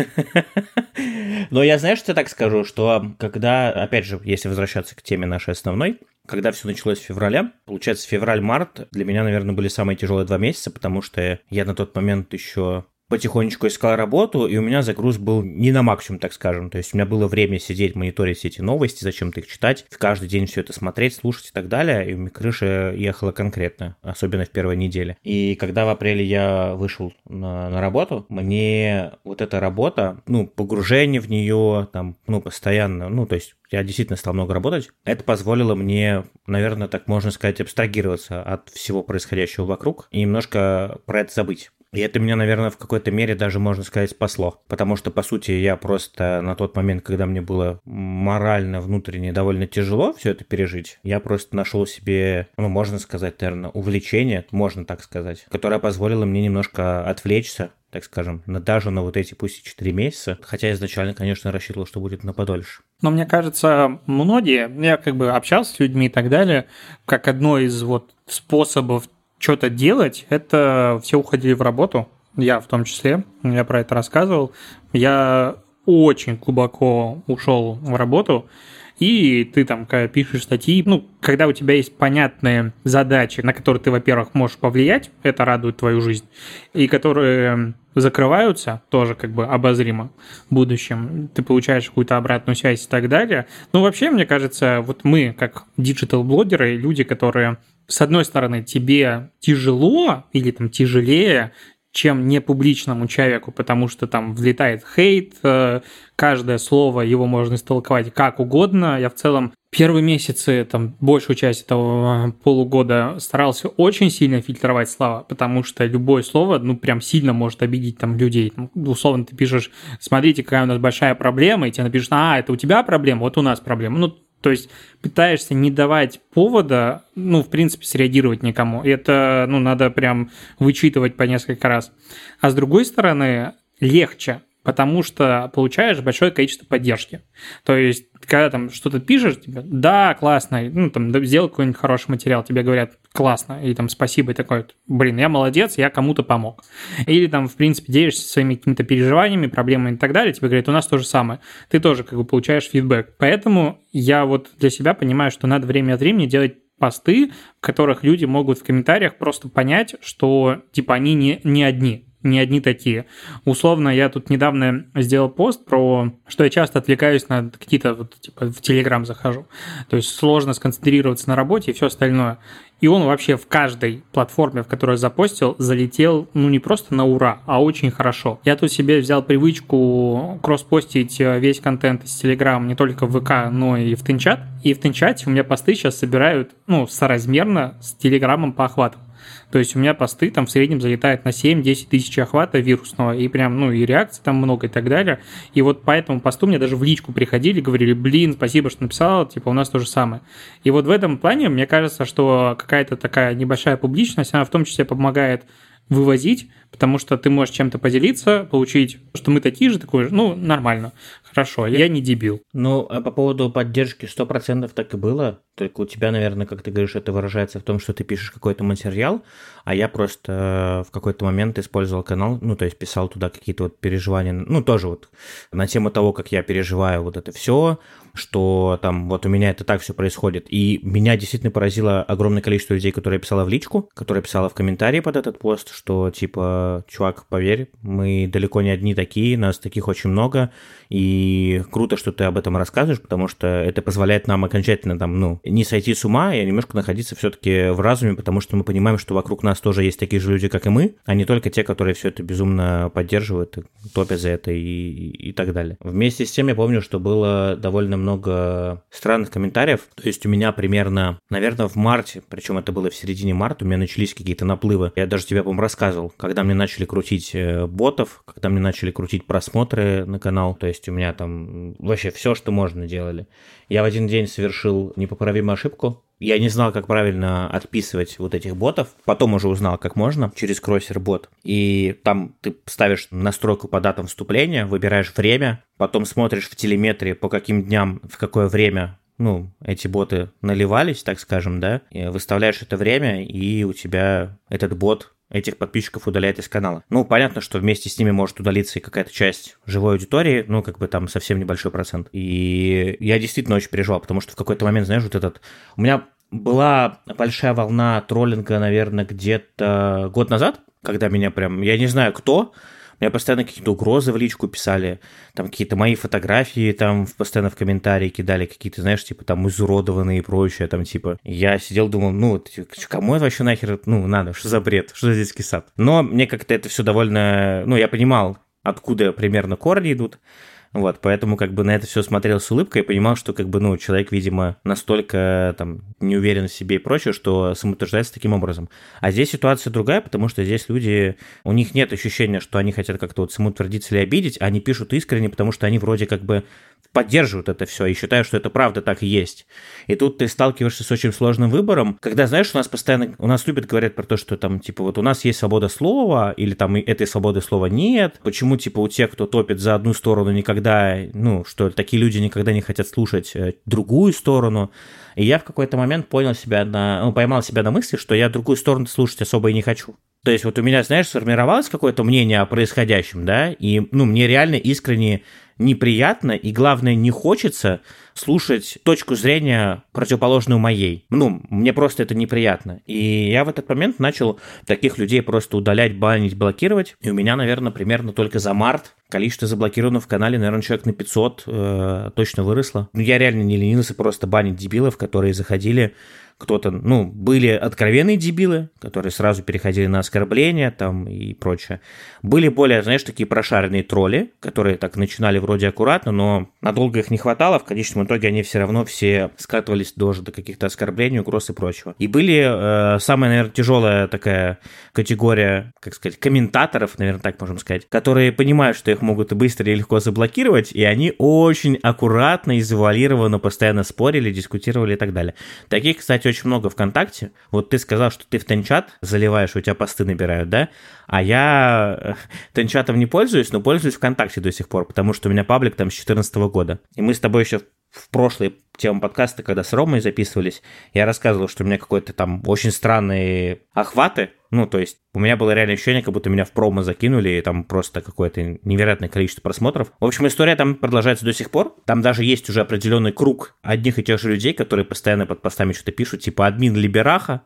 Но я, знаешь, что я так скажу, что когда, опять же, если возвращаться к теме нашей основной, когда все началось в феврале, получается, февраль-март для меня, наверное, были самые тяжелые два месяца, потому что я на тот момент еще потихонечку искал работу, и у меня загруз был не на максимум, так скажем. То есть у меня было время сидеть, мониторить все эти новости, зачем-то их читать, каждый день все это смотреть, слушать и так далее, и у меня крыша ехала конкретно, особенно в первой неделе. И когда в апреле я вышел на, на работу, мне вот эта работа, ну, погружение в нее, там, ну, постоянно, ну, то есть я действительно стал много работать, это позволило мне, наверное, так можно сказать, абстрагироваться от всего происходящего вокруг и немножко про это забыть. И это меня, наверное, в какой-то мере даже, можно сказать, спасло. Потому что, по сути, я просто на тот момент, когда мне было морально, внутренне довольно тяжело все это пережить, я просто нашел себе, ну, можно сказать, наверное, увлечение, можно так сказать, которое позволило мне немножко отвлечься, так скажем, на, даже на вот эти пусть и четыре месяца. Хотя изначально, конечно, рассчитывал, что будет на подольше. Но мне кажется, многие, я как бы общался с людьми и так далее, как одно из вот способов что-то делать, это все уходили в работу, я в том числе, я про это рассказывал. Я очень глубоко ушел в работу, и ты там, когда пишешь статьи, ну, когда у тебя есть понятные задачи, на которые ты, во-первых, можешь повлиять, это радует твою жизнь, и которые закрываются, тоже как бы обозримо в будущем, ты получаешь какую-то обратную связь и так далее. Ну, вообще, мне кажется, вот мы, как диджитал-блогеры, люди, которые, с одной стороны, тебе тяжело или там тяжелее, чем непубличному человеку, потому что там влетает хейт, каждое слово его можно истолковать как угодно. Я в целом первые месяцы, там, большую часть этого полугода старался очень сильно фильтровать слова, потому что любое слово, ну, прям сильно может обидеть там людей. Ну, условно, ты пишешь, смотрите, какая у нас большая проблема, и тебе напишут, а, это у тебя проблема, вот у нас проблема. Ну, то есть пытаешься не давать повода, ну, в принципе, среагировать никому. И это, ну, надо прям вычитывать по несколько раз. А с другой стороны, легче, потому что получаешь большое количество поддержки. То есть, когда там что-то пишешь, тебе, да, классно, ну, там, сделал какой-нибудь хороший материал, тебе говорят, классно, и там, спасибо, и такой, блин, я молодец, я кому-то помог. Или там, в принципе, делишься своими какими-то переживаниями, проблемами и так далее, тебе говорят, у нас то же самое. Ты тоже, как бы, получаешь фидбэк. Поэтому я вот для себя понимаю, что надо время от времени делать посты, в которых люди могут в комментариях просто понять, что, типа, они не, не одни. Не одни такие. Условно, я тут недавно сделал пост про, что я часто отвлекаюсь на какие-то, вот, типа, в Телеграм захожу. То есть сложно сконцентрироваться на работе и все остальное. И он вообще в каждой платформе, в которой я запостил, залетел, ну, не просто на ура, а очень хорошо. Я тут себе взял привычку кросс-постить весь контент из Телеграм не только в ВК, но и в Тинчат. И в Тинчате у меня посты сейчас собирают, ну, соразмерно с Телеграмом по охвату. То есть у меня посты там в среднем залетают на семь-десять тысяч охвата вирусного, и прям, ну, и реакций там много и так далее. И вот по этому посту мне даже в личку приходили, говорили, блин, спасибо, что написал, типа, у нас то же самое. И вот в этом плане мне кажется, что какая-то такая небольшая публичность, она в том числе помогает вывозить, потому что ты можешь чем-то поделиться, получить, что мы такие же, такой же, ну, нормально, хорошо, я не дебил. Ну, а по поводу поддержки сто процентов так и было, только у тебя, наверное, как ты говоришь, это выражается в том, что ты пишешь какой-то материал, а я просто в какой-то момент использовал канал, ну, то есть писал туда какие-то вот переживания, ну, тоже вот на тему того, как я переживаю вот это все, что там вот у меня это так все происходит. И меня действительно поразило огромное количество людей, которые писала в личку, которые писала в комментарии под этот пост, что типа, чувак, поверь, мы далеко не одни такие, нас таких очень много, и круто, что ты об этом рассказываешь, потому что это позволяет нам окончательно там, ну, не сойти с ума, и немножко находиться все-таки в разуме, потому что мы понимаем, что вокруг нас тоже есть такие же люди, как и мы, а не только те, которые все это безумно поддерживают, топят за это и, и, и так далее. Вместе с тем я помню, что было довольно много странных комментариев, то есть у меня примерно, наверное, в марте, причем это было в середине марта, у меня начались какие-то наплывы, я даже тебе, по-моему, рассказывал, когда мне начали крутить ботов, когда мне начали крутить просмотры на канал, то есть у меня там вообще все, что можно, делали. Я в один день совершил непоправимую ошибку. Я не знал, как правильно отписывать вот этих ботов. Потом уже узнал, как можно, через кроссер-бот. И там ты ставишь настройку по датам вступления, выбираешь время, потом смотришь в телеметрии, по каким дням, в какое время, ну, эти боты наливались, так скажем, да, и выставляешь это время, и у тебя этот бот этих подписчиков удаляет из канала. Ну, понятно, что вместе с ними может удалиться и какая-то часть живой аудитории, ну, как бы там совсем небольшой процент. И я действительно очень переживал, потому что в какой-то момент, знаешь, вот этот... У меня была большая волна троллинга, наверное, где-то год назад, когда меня прям... Я не знаю, кто... Мне постоянно какие-то угрозы в личку писали, там какие-то мои фотографии там постоянно в комментарии кидали, какие-то, знаешь, типа там изуродованные и прочее, там типа. Я сидел, думал, ну, кому это вообще нахер, ну, надо, что за бред, что за детский сад. Но мне как-то это все довольно, ну, я понимал, откуда примерно корни идут. Вот, поэтому как бы на это все смотрел с улыбкой и понимал, что как бы, ну, человек, видимо, настолько там не уверен в себе и прочее, что самоутверждается таким образом. А здесь ситуация другая, потому что здесь люди, у них нет ощущения, что они хотят как-то вот самоутвердиться или обидеть, они пишут искренне, потому что они вроде как бы поддерживают это все и считают, что это правда так и есть. И тут ты сталкиваешься с очень сложным выбором, когда, знаешь, у нас постоянно, у нас любят говорить про то, что там, типа, вот у нас есть свобода слова, или там этой свободы слова нет, почему, типа, у тех, кто топит за одну сторону, никогда, ну, что такие люди никогда не хотят слушать другую сторону. И я в какой-то момент понял себя на, ну, поймал себя на мысли, что я другую сторону слушать особо и не хочу. То есть вот у меня, знаешь, сформировалось какое-то мнение о происходящем, да, и, ну, мне реально искренне неприятно, и, главное, не хочется слушать точку зрения противоположную моей. Ну, мне просто это неприятно. И я в этот момент начал таких людей просто удалять, банить, блокировать. И у меня, наверное, примерно только за март количество заблокированных в канале, наверное, человек на пятьсот э, точно выросло. Ну, я реально не ленился просто банить дебилов, которые заходили. Кто-то, ну, были откровенные дебилы, которые сразу переходили на оскорбления там и прочее. Были более, знаешь, такие прошаренные тролли, которые так начинали вроде аккуратно, но надолго их не хватало. В конечном итоге они все равно все скатывались тоже до каких-то оскорблений, угроз и прочего. И были э, самая, наверное, тяжелая такая категория, как сказать, комментаторов, наверное, так можем сказать, которые понимают, что их могут и быстро и легко заблокировать, и они очень аккуратно и завуалированно постоянно спорили, дискутировали и так далее. Таких, кстати, очень много ВКонтакте. Вот ты сказал, что ты в Тенчат заливаешь, у тебя посты набирают, да? А я Тенчатом не пользуюсь, но пользуюсь ВКонтакте до сих пор, потому что у меня паблик там с две тысячи четырнадцатого года. И мы с тобой еще в прошлые темы подкаста, когда с Ромой записывались, я рассказывал, что у меня какой-то там очень странные охваты. Ну, то есть у меня было реально ощущение, как будто меня в промо закинули, и там просто какое-то невероятное количество просмотров. В общем, история там продолжается до сих пор. Там даже есть уже определенный круг одних и тех же людей, которые постоянно под постами что-то пишут, типа админ Либераха,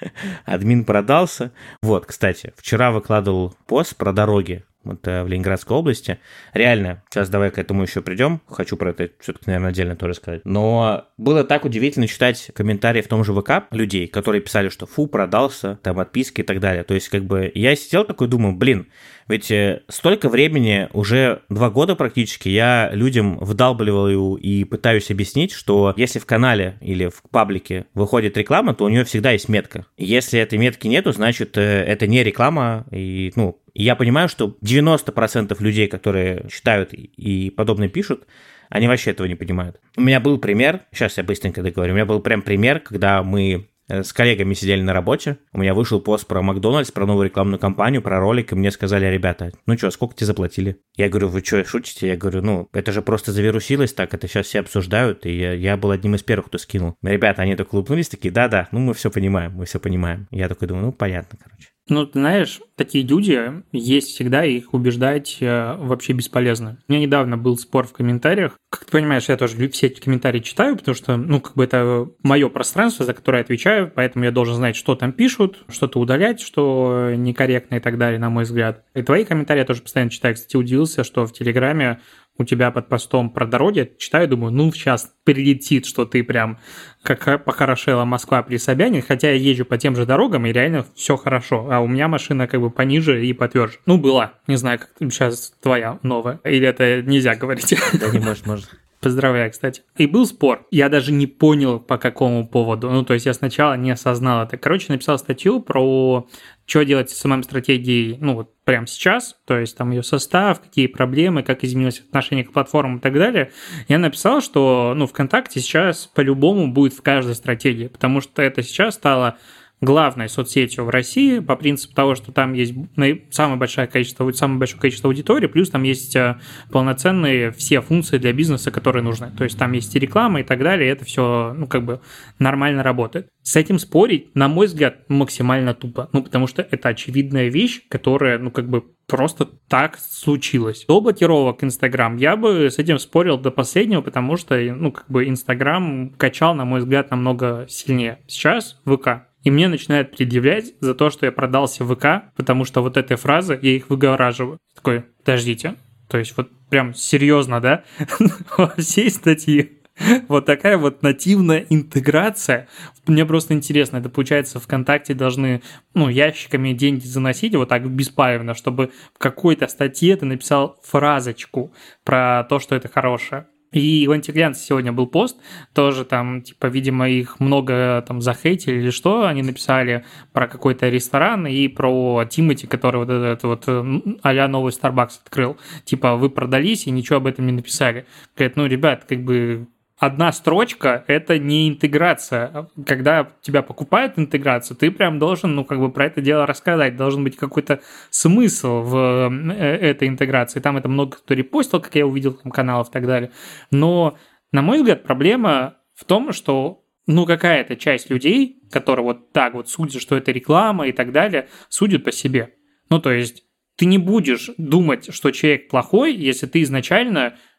админ продался. Вот, кстати, вчера выкладывал пост про дороги. Вот в Ленинградской области. Реально, сейчас давай к этому еще придем. Хочу про это все-таки, наверное, отдельно тоже сказать. Но было так удивительно читать комментарии в том же ВК людей, которые писали, что фу, продался, там отписки и так далее. То есть, как бы, я сидел такой, думаю, блин, ведь столько времени, уже два года практически, я людям вдалбливаю и пытаюсь объяснить, что если в канале или в паблике выходит реклама, то у нее всегда есть метка. Если этой метки нету, значит, это не реклама, и, ну, И я понимаю, что девяносто процентов людей, которые читают и подобное пишут, они вообще этого не понимают. У меня был пример, сейчас я быстренько договорю, у меня был прям пример, когда мы с коллегами сидели на работе, у меня вышел пост про Макдональдс, про новую рекламную кампанию, про ролик, и мне сказали, ребята, ну что, сколько тебе заплатили? Я говорю, вы что, шутите? Я говорю, ну, это же просто завирусилось так, это сейчас все обсуждают, и я, я был одним из первых, кто скинул. Ребята, они так улыбнулись, такие, да-да, ну мы все понимаем, мы все понимаем. Я такой думаю, ну, понятно, короче. Ну, ты знаешь, такие люди есть всегда, и их убеждать э, вообще бесполезно. У меня недавно был спор в комментариях. Как ты понимаешь, я тоже все эти комментарии читаю, потому что, ну, как бы это мое пространство, за которое я отвечаю, поэтому я должен знать, что там пишут, что-то удалять, что некорректно и так далее, на мой взгляд. И твои комментарии я тоже постоянно читаю. Кстати, удивился, что в Телеграме у тебя под постом про дороги, читаю, думаю, ну, сейчас прилетит, что ты прям как похорошела Москва при Собянине, хотя я езжу по тем же дорогам, и реально все хорошо, а у меня машина как бы пониже и потверже. Ну, была, не знаю, как сейчас твоя новая, или это нельзя говорить? Да не может, может. Поздравляю, кстати. И был спор. Я даже не понял, по какому поводу. Ну, то есть я сначала не осознал это. Короче, написал статью про что делать с эс эм эм-стратегией, ну, вот прямо сейчас. То есть там ее состав, какие проблемы, как изменилось отношение к платформам и так далее. Я написал, что, ну, ВКонтакте сейчас по-любому будет в каждой стратегии, потому что это сейчас стало главной соцсетью в России по принципу того, что там есть самое большое количество, самое большое количество аудитории, плюс там есть полноценные все функции для бизнеса, которые нужны. То есть там есть и реклама и так далее, и это все, ну, как бы нормально работает. С этим спорить, на мой взгляд, максимально тупо. Ну, потому что это очевидная вещь, которая, ну, как бы просто так случилось. До блокировок Инстаграм я бы с этим спорил до последнего, потому что, ну, как бы Инстаграм качал, на мой взгляд, намного сильнее. Сейчас ВК. И мне начинают предъявлять за то, что я продался в ВК, потому что вот этой фразы я их выгораживаю. Такой, подождите. То есть вот прям серьезно, да? Во всей статье. Вот такая вот нативная интеграция. Мне просто интересно, это получается ВКонтакте должны, ну, ящиками деньги заносить вот так беспалевно, чтобы в какой-то статье ты написал фразочку про то, что это хорошее. И в Антиглянце сегодня был пост, тоже там, типа, видимо, их много там захейтили или что, они написали про какой-то ресторан и про Тимати, который вот этот вот а-ля новый Starbucks открыл. Типа, вы продались и ничего об этом не написали. Говорят, ну, ребят, как бы одна строчка – это не интеграция. Когда тебя покупают интеграцию, ты прям должен, ну, как бы про это дело рассказать. Должен быть какой-то смысл в этой интеграции. Там это много кто репостил, как я увидел, там, каналов и так далее. Но, на мой взгляд, проблема в том, что, ну, какая-то часть людей, которые вот так вот судят, что это реклама и так далее, судят по себе. Ну, то есть ты не будешь думать, что человек плохой, если ты изначально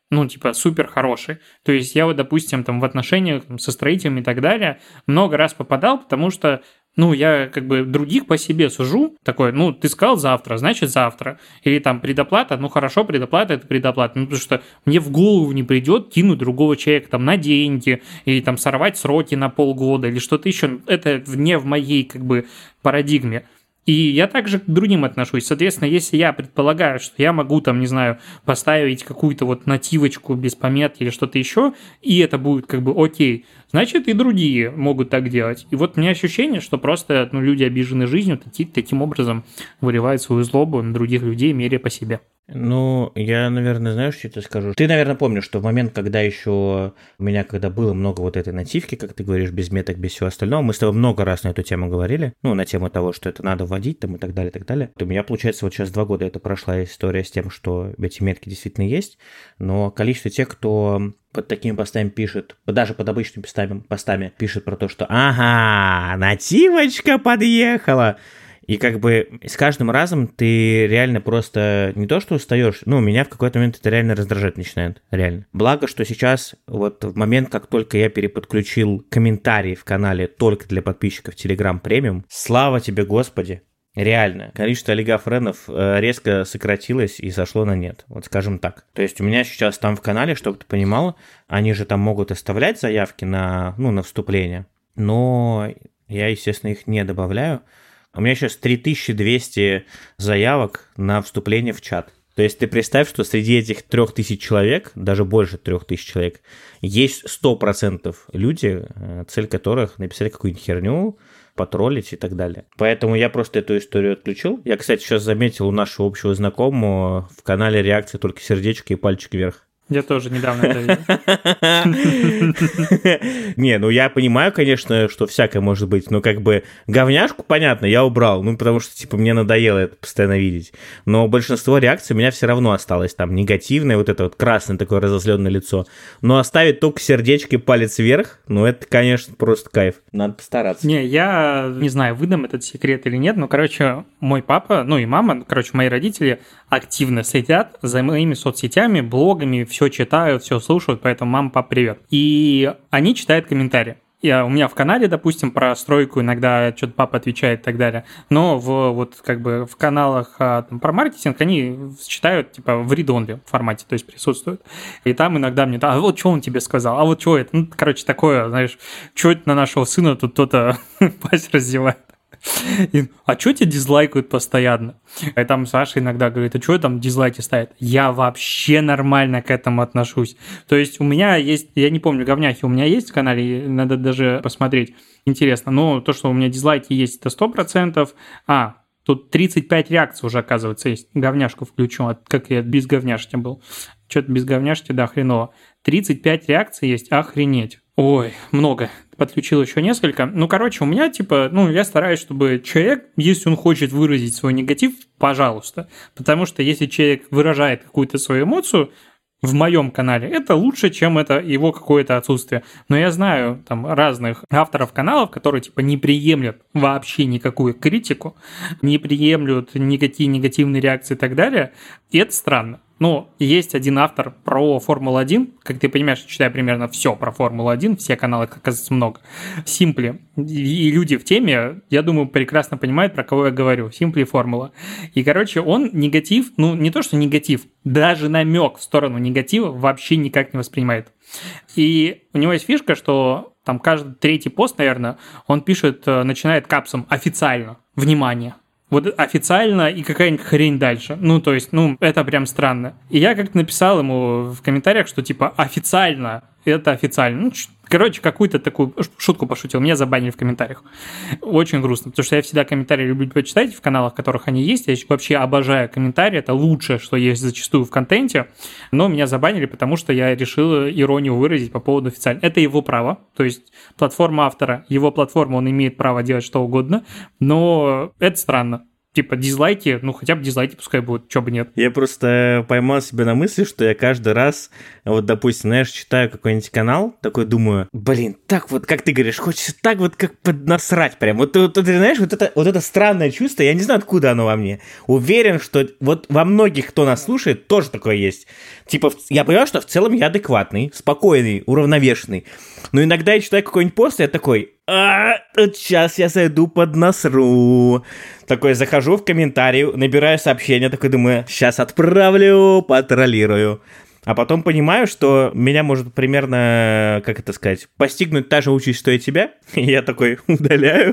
ну, типа, супер хороший. То есть я вот, допустим, там в отношениях там, со строителями и так далее много раз попадал, потому что, ну, я как бы других по себе сужу, такой, ну, ты сказал завтра, значит завтра. Или там предоплата, ну, хорошо, предоплата – это предоплата. Ну, потому что мне в голову не придет кинуть другого человека там на деньги, или там сорвать сроки на полгода, или что-то еще. Это не в моей, как бы, парадигме. И я также к другим отношусь. Соответственно, если я предполагаю, что я могу, там, не знаю, поставить какую-то вот нативочку без пометки или что-то еще, и это будет как бы окей, значит, и другие могут так делать. И вот у меня ощущение, что просто ну, люди обижены жизнью, таки, таким образом выливают свою злобу на других людей, меря по себе. Ну, я, наверное, знаешь, что тебе скажу? Ты, наверное, помнишь, что в момент, когда еще у меня, когда было много вот этой нативки, как ты говоришь, без меток, без всего остального, мы с тобой много раз на эту тему говорили, ну, на тему того, что это надо вводить там и так далее, и так далее. У меня, получается, вот сейчас два года это прошла история с тем, что эти метки действительно есть, но количество тех, кто под такими постами пишет, даже под обычными постами, постами пишет про то, что «Ага, нативочка подъехала!» И как бы с каждым разом ты реально просто не то что устаешь, ну, меня в какой-то момент это реально раздражать начинает, реально. Благо, что сейчас вот в момент, как только я переподключил комментарии в канале только для подписчиков Telegram Premium, слава тебе, Господи, реально, количество олигофренов резко сократилось и сошло на нет, вот скажем так. То есть у меня сейчас там в канале, чтобы ты понимал, они же там могут оставлять заявки на, ну, на вступление, но я, естественно, их не добавляю. У меня сейчас три тысячи двести заявок на вступление в чат. То есть ты представь, что среди этих трех тысяч человек, даже больше трех тысяч человек, есть сто процентов люди, цель которых написали какую-нибудь херню, потроллить и так далее. Поэтому я просто эту историю отключил. Я, кстати, сейчас заметил у нашего общего знакомого в канале реакции только сердечко и пальчик вверх. Я тоже недавно это видел. Не, ну я понимаю, конечно, что всякое может быть, но как бы говняшку, понятно, я убрал, ну потому что, типа, мне надоело это постоянно видеть. Но большинство реакций у меня все равно осталось там негативное, вот это вот красное такое разозленное лицо. Но оставить только сердечко и палец вверх, ну это, конечно, просто кайф. Надо постараться. Не, я не знаю, выдам этот секрет или нет, но, короче, мой папа, ну и мама, короче, мои родители активно следят за моими соцсетями, блогами, все читают, все слушают, поэтому мама, папа, привет. И они читают комментарии. Я, у меня в канале, допустим, про стройку иногда что-то папа отвечает и так далее, но в, вот, как бы в каналах там, про маркетинг они читают типа в read-only формате, то есть присутствуют. И там иногда мне, а вот что он тебе сказал, а вот что это? Ну, короче, такое, знаешь, что это на нашего сына тут кто-то пасть раздевает. И, а что тебе дизлайкают постоянно? И там Саша иногда говорит, а что там дизлайки ставят? Я вообще нормально к этому отношусь. То есть у меня есть, я не помню, говняхи у меня есть в канале, надо даже посмотреть, интересно. Но то, что у меня дизлайки есть, это сто процентов. А, тут тридцать пять реакций уже, оказывается, есть. Говняшку включу, как я без говняшки был. Что-то без говняшки, да, хреново. тридцать пять реакций есть, охренеть. Ой, много. Подключил еще несколько. Ну, короче, у меня, типа, ну, я стараюсь, чтобы человек, если он хочет выразить свой негатив, пожалуйста. Потому что если человек выражает какую-то свою эмоцию в моем канале, это лучше, чем это его какое-то отсутствие. Но я знаю там разных авторов каналов, которые, типа, не приемлют вообще никакую критику, не приемлют никакие негативные реакции и так далее. И это странно. Ну, есть один автор про Формулу один, как ты понимаешь, я читаю примерно все про Формулу один, все каналы, оказывается, много. Симпли. И люди в теме, я думаю, прекрасно понимают, про кого я говорю. Симпли Формула. И, короче, он негатив, ну, не то, что негатив, даже намек в сторону негатива вообще никак не воспринимает. И у него есть фишка, что там каждый третий пост, наверное, он пишет, начинает капсом «официально». Внимание. Вот официально и какая-нибудь хрень дальше. Ну, то есть, ну, это прям странно. И я как-то написал ему в комментариях, что типа официально, это официально. Ну, короче, какую-то такую шутку пошутил. Меня забанили в комментариях. Очень грустно, потому что я всегда комментарии люблю почитать в каналах, в которых они есть. Я вообще обожаю комментарии. Это лучшее, что есть зачастую в контенте. Но меня забанили, потому что я решил иронию выразить по поводу официально. Это его право. То есть платформа автора, его платформа, он имеет право делать что угодно. Но это странно. Типа дизлайки, ну хотя бы дизлайки пускай будут, чё бы нет. Я просто поймал себя на мысли, что я каждый раз, вот, допустим, знаешь, читаю какой-нибудь канал, такой думаю, блин, так вот, как ты говоришь, хочется так вот как поднасрать прям. Вот, вот, вот ты знаешь, вот это, вот это странное чувство, я не знаю, откуда оно во мне. Уверен, что вот во многих, кто нас слушает, тоже такое есть. Типа, я понимаю, что в целом я адекватный, спокойный, уравновешенный. Но иногда я читаю какой-нибудь пост, и я такой, а, вот сейчас я зайду под насру. Такой захожу в комментарии, набираю сообщение, такой думаю, сейчас отправлю, потроллирую. А потом понимаю, что меня может примерно, как это сказать, постигнуть та же участь, что и тебя. И я такой удаляю,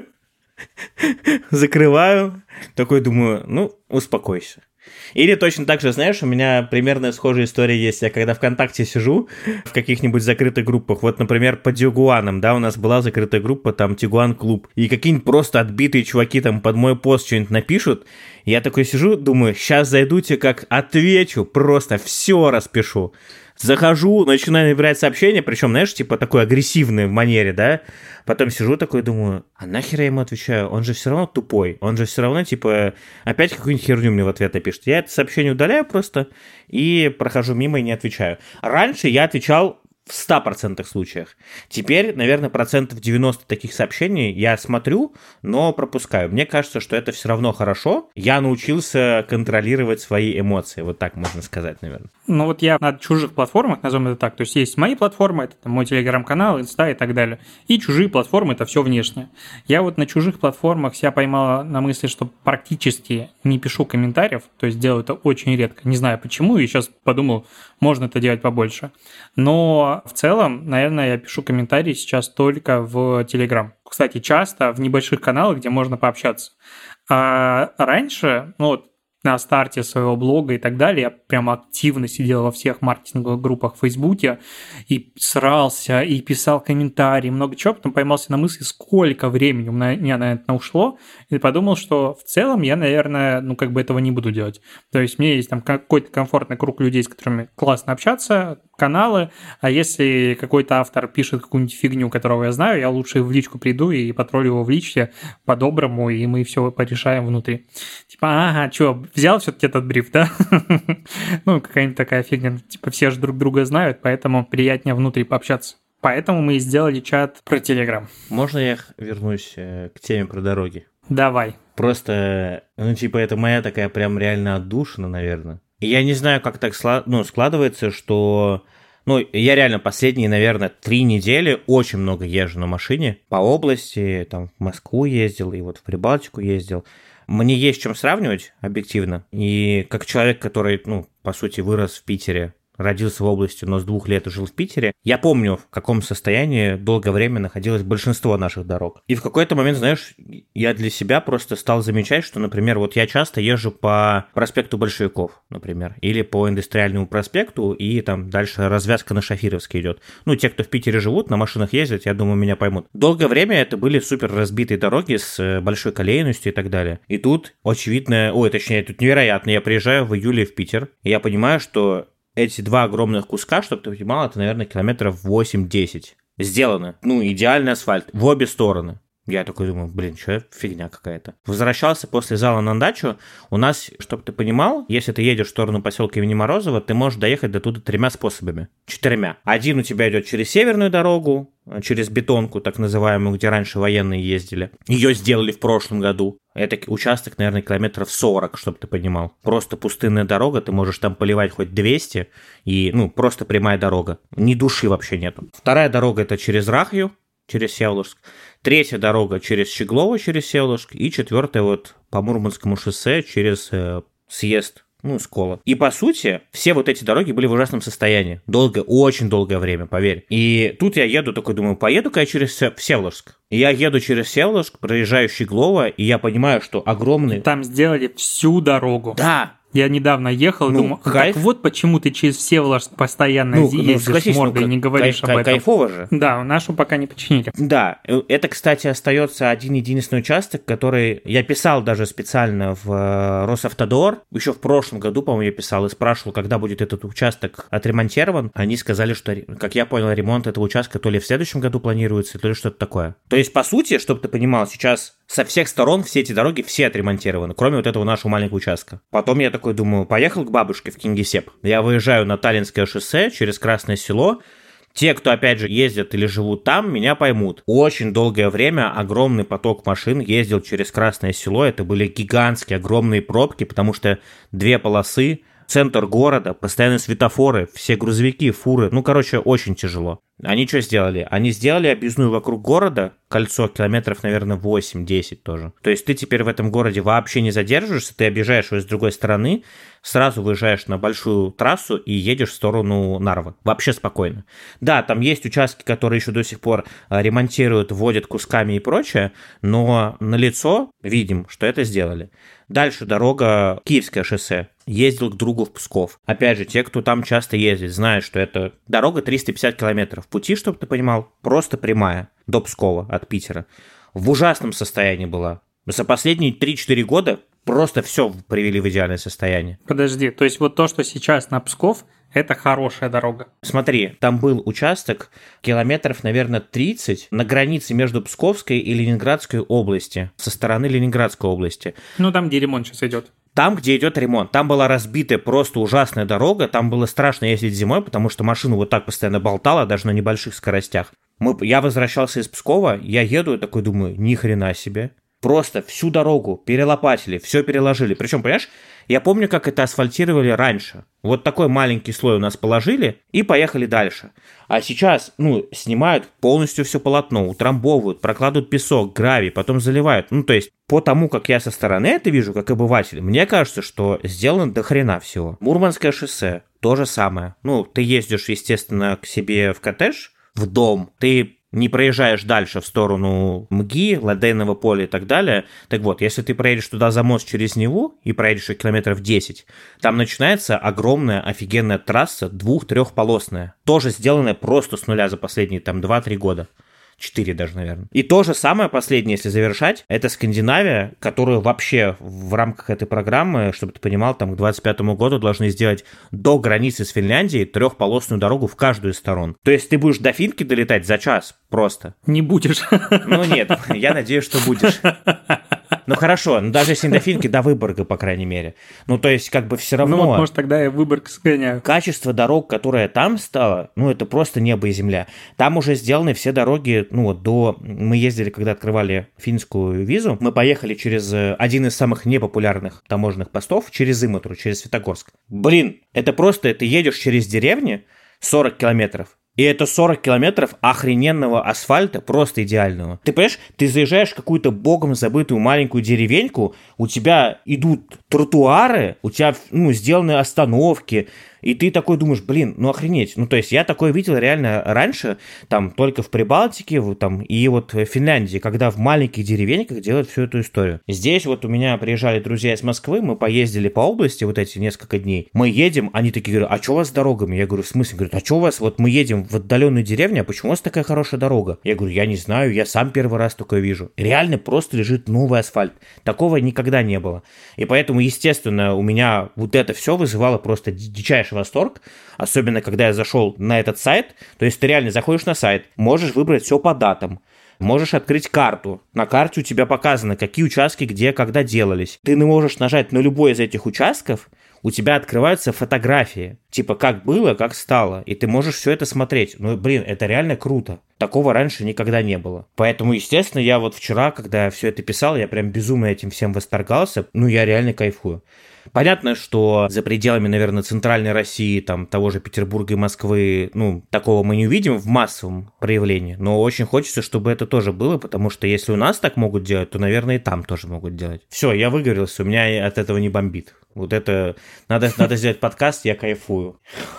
закрываю, такой думаю, ну, успокойся. Или точно так же, знаешь, у меня примерно схожая история есть. Я когда ВКонтакте сижу в каких-нибудь закрытых группах, вот, например, по Тигуанам, да, у нас была закрытая группа, там, Тигуан Клуб, и какие-нибудь просто отбитые чуваки там под мой пост что-нибудь напишут, я такой сижу, думаю, сейчас зайду тебе как отвечу, просто все распишу. Захожу, начинаю набирать сообщения, причем, знаешь, типа такой агрессивной в манере, да, потом сижу такой, думаю, а нахер я ему отвечаю, он же все равно тупой, он же все равно, типа, опять какую-нибудь херню мне в ответ напишет. Я это сообщение удаляю просто и прохожу мимо и не отвечаю. Раньше я отвечал в ста процентах случаях. Теперь, наверное, процентов девяносто таких сообщений я смотрю, но пропускаю. Мне кажется, что это все равно хорошо. Я научился контролировать свои эмоции. Вот так можно сказать, наверное. Ну вот я на чужих платформах, назовем это так, то есть есть мои платформы, это там, мой телеграм-канал, инста и так далее, и чужие платформы, это все внешнее. Я вот на чужих платформах себя поймала на мысли, что практически не пишу комментариев, то есть делаю это очень редко, не знаю почему, и сейчас подумал, можно это делать побольше. Но в целом, наверное, я пишу комментарии сейчас только в Telegram. Кстати, часто в небольших каналах, где можно пообщаться. А раньше, ну вот на старте своего блога и так далее, я прям активно сидел во всех маркетинговых группах в Фейсбуке и срался, и писал комментарии, много чего. Потом поймался на мысли, сколько времени у меня на это ушло, и подумал, что в целом я, наверное, ну как бы этого не буду делать. То есть у меня есть там какой-то комфортный круг людей, с которыми классно общаться, каналы, а если какой-то автор пишет какую-нибудь фигню, которого я знаю, я лучше в личку приду и потроллю его в личке по-доброму, и мы все порешаем внутри. Типа, ага, что, взял все-таки этот бриф, да? Ну, какая-нибудь такая фигня. Типа, все же друг друга знают, поэтому приятнее внутри пообщаться. Поэтому мы и сделали чат про Telegram. Можно я вернусь э, к теме про дороги? Давай. Просто, ну, типа, это моя такая прям реально отдушина, наверное. И я не знаю, как так ну, складывается, что... Ну, я реально последние, наверное, три недели очень много езжу на машине по области, там, в Москву ездил, и вот в Прибалтику ездил. Мне есть чем сравнивать, объективно. И как человек, который, ну, по сути, вырос в Питере, родился в области, но с двух лет жил в Питере, я помню, в каком состоянии долгое время находилось большинство наших дорог. И в какой-то момент, знаешь, я для себя просто стал замечать, что, например, вот я часто езжу по проспекту Большевиков, например, или по Индустриальному проспекту, и там дальше развязка на Шафировской идет. Ну, те, кто в Питере живут, на машинах ездят, я думаю, меня поймут. Долгое время это были супер разбитые дороги с большой колейностью и так далее. И тут, очевидно, ой, точнее, тут невероятно, я приезжаю в июле в Питер, и я понимаю, что эти два огромных куска, чтобы ты понимал, это, наверное, километров восемь-десять. Сделано. Ну, идеальный асфальт. В обе стороны. Я такой думаю, блин, что фигня какая-то. Возвращался после зала на дачу. У нас, чтобы ты понимал, если ты едешь в сторону поселка имени Морозова, ты можешь доехать до туда тремя способами. Четырьмя. Один у тебя идет через северную дорогу, через бетонку, так называемую, где раньше военные ездили. Ее сделали в прошлом году. Это участок, наверное, километров сорок, чтобы ты понимал. Просто пустынная дорога, ты можешь там поливать хоть двести, и, ну, просто прямая дорога. Ни души вообще нету. Вторая дорога — это через Рахью, через Всеволожск. Третья дорога через Щеглово, через Всеволожск. И четвертая вот по Мурманскому шоссе через э, съезд. Ну, Скола. И, по сути, все вот эти дороги были в ужасном состоянии. Долгое, очень долгое время, поверь. И тут я еду, такой думаю, поеду-ка я через Всеволожск. И я еду через Всеволожск, проезжаю Щеглово, и я понимаю, что огромный... Там сделали всю дорогу. Да, Я недавно ехал, Ну, думал, кайф. так вот почему ты через Всеволожск постоянно Ну, ездишь ну, согласись, с мордой ну, и не кай- говоришь кай- об этом. Кайфово же. Да, нашу пока не починили. Да, э, это, кстати, остается один единственный участок, который я писал даже специально в э, Росавтодор. Еще в прошлом году, по-моему, я писал и спрашивал, когда будет этот участок отремонтирован. Они сказали, что, как я понял, ремонт этого участка то ли в следующем году планируется, то ли что-то такое. То есть, по сути, чтобы ты понимал, сейчас со всех сторон все эти дороги все отремонтированы, кроме вот этого нашего маленького участка. Потом я такой думаю, поехал к бабушке в Кингисепп. Я выезжаю на Таллинское шоссе через Красное Село. Те, кто, опять же, ездят или живут там, меня поймут. Очень долгое время огромный поток машин ездил через Красное Село. Это были гигантские, огромные пробки, потому что две полосы, центр города, постоянные светофоры, все грузовики, фуры. Ну, короче, очень тяжело. Они что сделали? Они сделали объездную вокруг города, кольцо километров, наверное, восемь-десять тоже. То есть ты теперь в этом городе вообще не задерживаешься, ты объезжаешь его с другой стороны, сразу выезжаешь на большую трассу и едешь в сторону Нарвы. Вообще спокойно. Да, там есть участки, которые еще до сих пор ремонтируют, вводят кусками и прочее, но налицо видим, что это сделали. Дальше дорога Киевское шоссе. Ездил к другу в Псков. Опять же, те, кто там часто ездит, знают, что это дорога триста пятьдесят километров. Пути, чтобы ты понимал, просто прямая до Пскова от Питера. В ужасном состоянии была. За последние три-четыре года просто все привели в идеальное состояние. Подожди, то есть вот то, что сейчас на Псков, это хорошая дорога. Смотри, там был участок километров, наверное, тридцать на границе между Псковской и Ленинградской области, со стороны Ленинградской области. Ну, там, где ремонт сейчас идет. Там, где идет ремонт, там была разбитая просто ужасная дорога, там было страшно ездить зимой, потому что машина вот так постоянно болтала, даже на небольших скоростях. Мы, я возвращался из Пскова, я еду и такой думаю, ни хрена себе. Просто всю дорогу перелопатили, все переложили. Причем, понимаешь, я помню, как это асфальтировали раньше. Вот такой маленький слой у нас положили и поехали дальше. А сейчас, ну, снимают полностью все полотно, утрамбовывают, прокладывают песок, гравий, потом заливают. Ну, то есть, по тому, как я со стороны это вижу, как обыватель, мне кажется, что сделано до хрена всего. Мурманское шоссе, то же самое. Ну, ты ездишь, естественно, к себе в коттедж, в дом, ты не проезжаешь дальше в сторону МГИ, Ладейного поля и так далее. Так вот, если ты проедешь туда за мост через Неву и проедешь километров десять, там начинается огромная офигенная трасса, двух-трехполосная, тоже сделанная просто с нуля за последние там два-три года. Четыре даже, наверное. И то же самое последнее, если завершать, это Скандинавия, которую вообще в рамках этой программы, чтобы ты понимал, там к двадцать пятому году должны сделать до границы с Финляндией трехполосную дорогу в каждую из сторон. То есть ты будешь до Финки долетать за час просто. Не будешь. Ну нет, я надеюсь, что будешь. Ну хорошо, ну даже если не до Финки, до Выборга, по крайней мере. Ну то есть как бы все равно... Ну вот, может, тогда я в Выборг сгоняю. Качество дорог, которое там стало, ну это просто небо и земля. Там уже сделаны все дороги, ну вот до... Мы ездили, когда открывали финскую визу, мы поехали через один из самых непопулярных таможенных постов, через Иматру, через Светогорск. Блин, это просто, ты едешь через деревни сорок километров, и это сорок километров охрененного асфальта, просто идеального. Ты понимаешь, ты заезжаешь в какую-то богом забытую маленькую деревеньку, у тебя идут тротуары, у тебя, ну, сделаны остановки, и ты такой думаешь, блин, ну охренеть. Ну, то есть я такое видел реально раньше, там, только в Прибалтике, там, и вот в Финляндии, когда в маленьких деревеньках делают всю эту историю. Здесь вот у меня приезжали друзья из Москвы, мы поездили по области вот эти несколько дней. Мы едем, они такие говорят, а что у вас с дорогами? Я говорю, в смысле? Говорят, а что у вас, вот мы едем в отдаленную деревню, а почему у вас такая хорошая дорога? Я говорю, я не знаю, я сам первый раз такое вижу. Реально просто лежит новый асфальт. Такого никогда не было. И поэтому, естественно, у меня вот это все вызывало просто дичайший восторг, особенно когда я зашел на этот сайт. То есть ты реально заходишь на сайт, можешь выбрать все по датам, можешь открыть карту. На карте у тебя показано, какие участки где, когда делались. Ты можешь нажать на любой из этих участков, у тебя открываются фотографии, типа как было, как стало, и ты можешь все это смотреть. Ну, блин, это реально круто. Такого раньше никогда не было. Поэтому, естественно, я вот вчера, когда все это писал, я прям безумно этим всем восторгался. Ну, я реально кайфую. Понятно, что за пределами, наверное, центральной России, там, того же Петербурга и Москвы, ну, такого мы не увидим в массовом проявлении, но очень хочется, чтобы это тоже было, потому что если у нас так могут делать, то, наверное, и там тоже могут делать. Все, я выговорился, у меня от этого не бомбит. Вот это... Надо, надо сделать подкаст, я кайфую.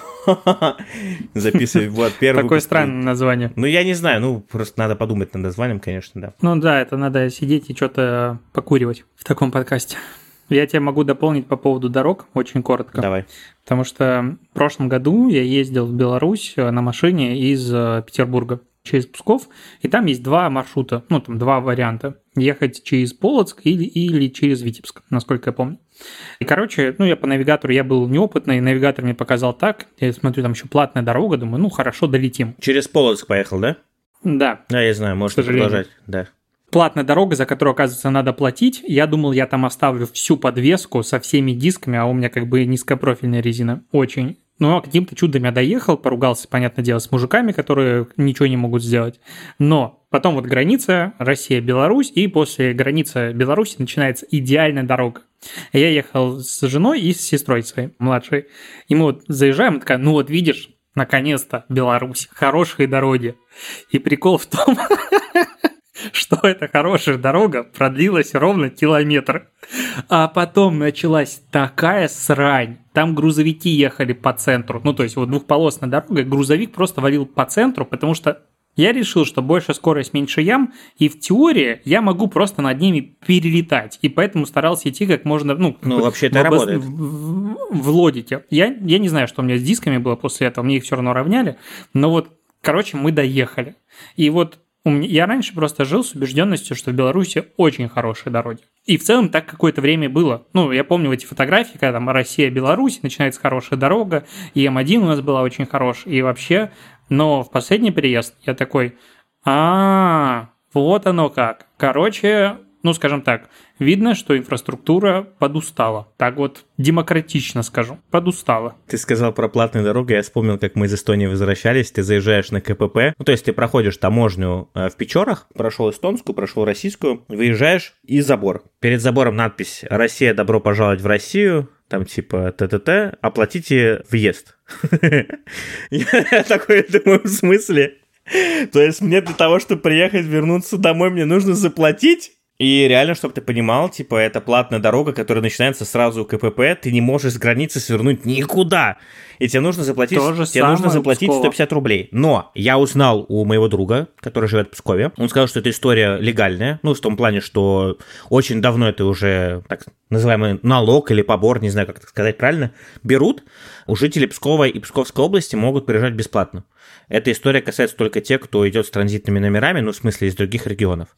Записывай, вот, первый Такое странное название. Ну, я не знаю, ну, просто надо подумать над названием, конечно, да. Ну да, это надо сидеть и что-то покуривать в таком подкасте. Я тебя могу дополнить по поводу дорог очень коротко. Давай. Потому что в прошлом году я ездил в Беларусь на машине из Петербурга через Псков, и там есть два маршрута, ну, там два варианта. Ехать через Полоцк или, или через Витебск, насколько я помню. И, короче, ну, я по навигатору, я был неопытный, навигатор мне показал так, я смотрю, там еще платная дорога, думаю, ну, хорошо, долетим. Через Полоцк поехал, да? Да. Да, я знаю, можно продолжать, да. Платная дорога, за которую, оказывается, надо платить. Я думал, я там оставлю всю подвеску со всеми дисками, а у меня как бы низкопрофильная резина. Очень. Но каким-то чудом я доехал, поругался, понятное дело, с мужиками, которые ничего не могут сделать. Но потом вот граница Россия-Беларусь, и после границы Беларуси начинается идеальная дорога. Я ехал с женой и с сестрой своей, младшей. И мы вот заезжаем, и такая, ну вот видишь, наконец-то Беларусь, хорошие дороги. И прикол в том... что эта хорошая дорога продлилась ровно километр. А потом началась такая срань. Там грузовики ехали по центру. Ну, то есть вот двухполосная дорога, грузовик просто валил по центру, потому что я решил, что больше скорость, меньше ям, и в теории я могу просто над ними перелетать. И поэтому старался идти как можно... Ну, ну вообще это работает. В, в, в логике. Я, я не знаю, что у меня с дисками было после этого, мне их все равно равняли. Но вот, короче, мы доехали. И вот я раньше просто жил с убежденностью, что в Беларуси очень хорошие дороги. И в целом так какое-то время было. Ну, я помню эти фотографии, когда там Россия-Беларусь, начинается хорошая дорога, и эм один у нас была очень хорошая, и вообще... Но в последний переезд я такой, а, вот оно как. Короче, ну, скажем так, видно, что инфраструктура подустала. Так вот, демократично скажу, подустала. Ты сказал про платные дороги, я вспомнил, как мы из Эстонии возвращались, ты заезжаешь на ка пэ пэ, ну, то есть ты проходишь таможню в Печорах, прошел эстонскую, прошел российскую, выезжаешь и забор. Перед забором надпись «Россия, добро пожаловать в Россию», там типа т-т-т, оплатите въезд. Я такой думаю, в смысле? То есть мне для того, чтобы приехать, вернуться домой, мне нужно заплатить? И реально, чтобы ты понимал, типа, это платная дорога, которая начинается сразу у ка пэ пэ, ты не можешь с границы свернуть никуда. И тебе нужно заплатить, тебе нужно заплатить сто пятьдесят рублей. Но я узнал у моего друга, который живет в Пскове, он сказал, что эта история легальная, ну, в том плане, что очень давно это уже, так называемый налог или побор, не знаю, как это сказать правильно, берут, у жителей Пскова и Псковской области могут приезжать бесплатно. Эта история касается только тех, кто идет с транзитными номерами, ну, в смысле, из других регионов.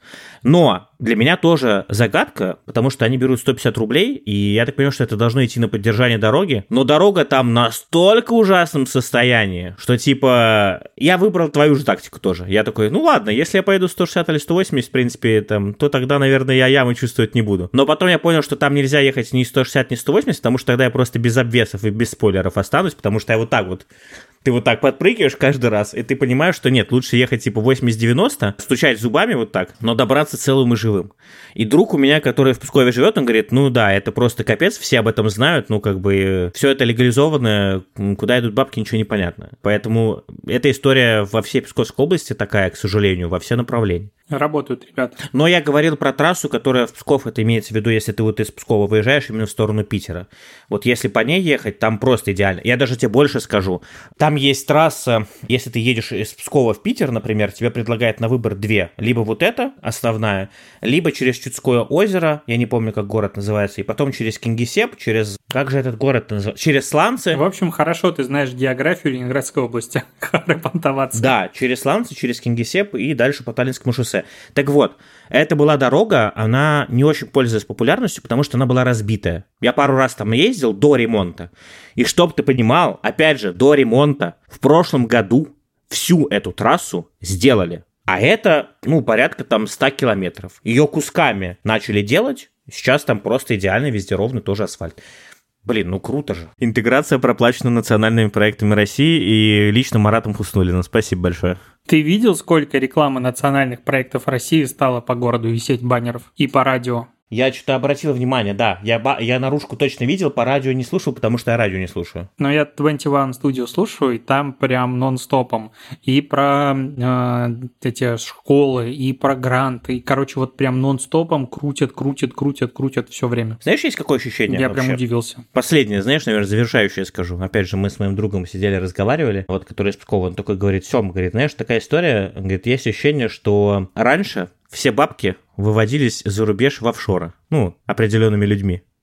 Но для меня тоже загадка, потому что они берут сто пятьдесят рублей, и я так понимаю, что это должно идти на поддержание дороги, но дорога там настолько ужасном состоянии, что, типа, я выбрал твою же тактику тоже. Я такой, ну ладно, если я поеду сто шестьдесят или сто восемьдесят, в принципе, там, то тогда, наверное, я ямы чувствовать не буду. Но потом я понял, что там нельзя ехать ни сто шестьдесят, ни сто восемьдесят, потому что тогда я просто без обвесов и без спойлеров останусь, потому что я вот так вот... Ты вот так подпрыгиваешь каждый раз, и ты понимаешь, что нет, лучше ехать типа восемьдесят-девяносто, стучать зубами вот так, но добраться целым и живым. И друг у меня, который в Пскове живет, он говорит, ну да, это просто капец, все об этом знают, ну как бы все это легализовано, куда идут бабки, ничего не понятно. Поэтому эта история во всей Псковской области такая, к сожалению, во все направления. Работают, ребята. Но я говорил про трассу, которая в Псков, это имеется в виду, если ты вот из Пскова выезжаешь именно в сторону Питера. Вот если по ней ехать, там просто идеально. Я даже тебе больше скажу. Там есть трасса, если ты едешь из Пскова в Питер, например, тебе предлагают на выбор две. Либо вот эта основная, либо через Чудское озеро, я не помню, как город называется, и потом через Кингисепп, через... Как же этот город называется? Через Сланцы. В общем, хорошо ты знаешь географию Ленинградской области. Хары понтоваться. Да, через Сланцы, через Кингисепп и дальше по Таллинскому шоссе. Так вот, это была дорога, она не очень пользовалась популярностью, потому что она была разбитая. Я пару раз там ездил до ремонта. И чтоб ты понимал, опять же, до ремонта в прошлом году всю эту трассу сделали. А это, ну, порядка там сто километров. Ее кусками начали делать, сейчас там просто идеально везде ровный тоже асфальт. Блин, ну круто же. Интеграция проплачена национальными проектами России и лично Маратом Хуснуллиным. Спасибо большое. Ты видел, сколько рекламы национальных проектов России стало по городу висеть баннеров и по радио? Я что-то обратил внимание, да. Я, я наружку точно видел, по радио не слушал, потому что я радио не слушаю. Но я двадцать один Studio слушаю, и там прям нон-стопом. И про э, эти школы, и про гранты. И, короче, вот прям нон-стопом крутят, крутят, крутят, крутят все время. Знаешь, есть какое ощущение? Я вообще? прям удивился. Последнее, знаешь, наверное, завершающее скажу. Опять же, мы с моим другом сидели, разговаривали, вот, который из Пскова, он такой говорит, Сём, говорит, знаешь, такая история, говорит, есть ощущение, что раньше все бабки выводились за рубеж в офшоры, ну, определенными людьми.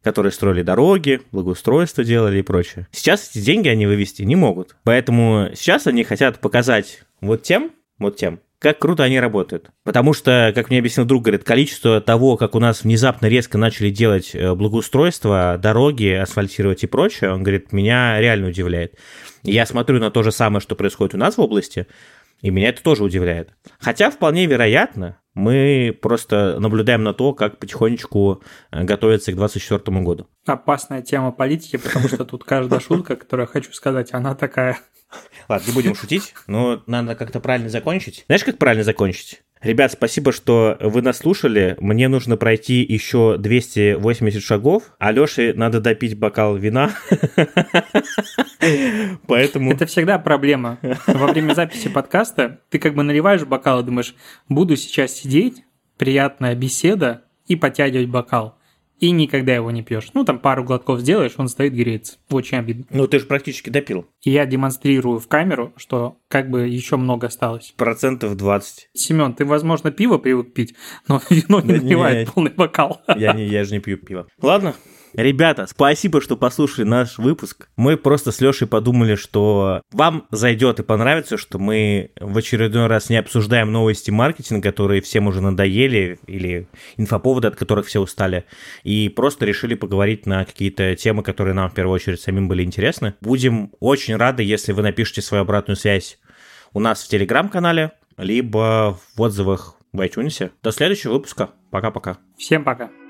которые строили дороги, благоустройство делали и прочее. Сейчас эти деньги они вывести не могут. Поэтому сейчас они хотят показать вот тем, вот тем, как круто они работают. Потому что, как мне объяснил друг, говорит, количество того, как у нас внезапно резко начали делать благоустройство, дороги, асфальтировать и прочее, он говорит, меня реально удивляет. Я смотрю на то же самое, что происходит у нас в области, и меня это тоже удивляет. Хотя, вполне вероятно, мы просто наблюдаем на то, как потихонечку готовится к двадцать четвёртому году. Опасная тема политики, потому что тут каждая шутка, которую я хочу сказать, она такая... Ладно, не будем шутить, но надо как-то правильно закончить. Знаешь, как правильно закончить? Ребят, спасибо, что вы нас слушали. Мне нужно пройти еще двести восемьдесят шагов, а Лёше надо допить бокал вина. Поэтому... Это всегда проблема. Во время записи подкаста ты как бы наливаешь бокал и думаешь, буду сейчас сидеть, приятная беседа, и подтягивать бокал. И никогда его не пьешь. Ну, там пару глотков сделаешь, он стоит, греется. Очень обидно. Ну, ты же практически допил. И я демонстрирую в камеру, что как бы еще много осталось. Процентов двадцать. Семен, ты, возможно, пиво привык пить, но вино не наливает полный бокал. Я, не, я же не пью пиво. Ладно. Ребята, спасибо, что послушали наш выпуск. Мы просто с Лешей подумали, что вам зайдет и понравится, что мы в очередной раз не обсуждаем новости маркетинга, которые всем уже надоели, или инфоповоды, от которых все устали, и просто решили поговорить на какие-то темы, которые нам в первую очередь самим были интересны. Будем очень рады, если вы напишите свою обратную связь у нас в Телеграм-канале, либо в отзывах в iTunes. До следующего выпуска. Пока-пока. Всем пока.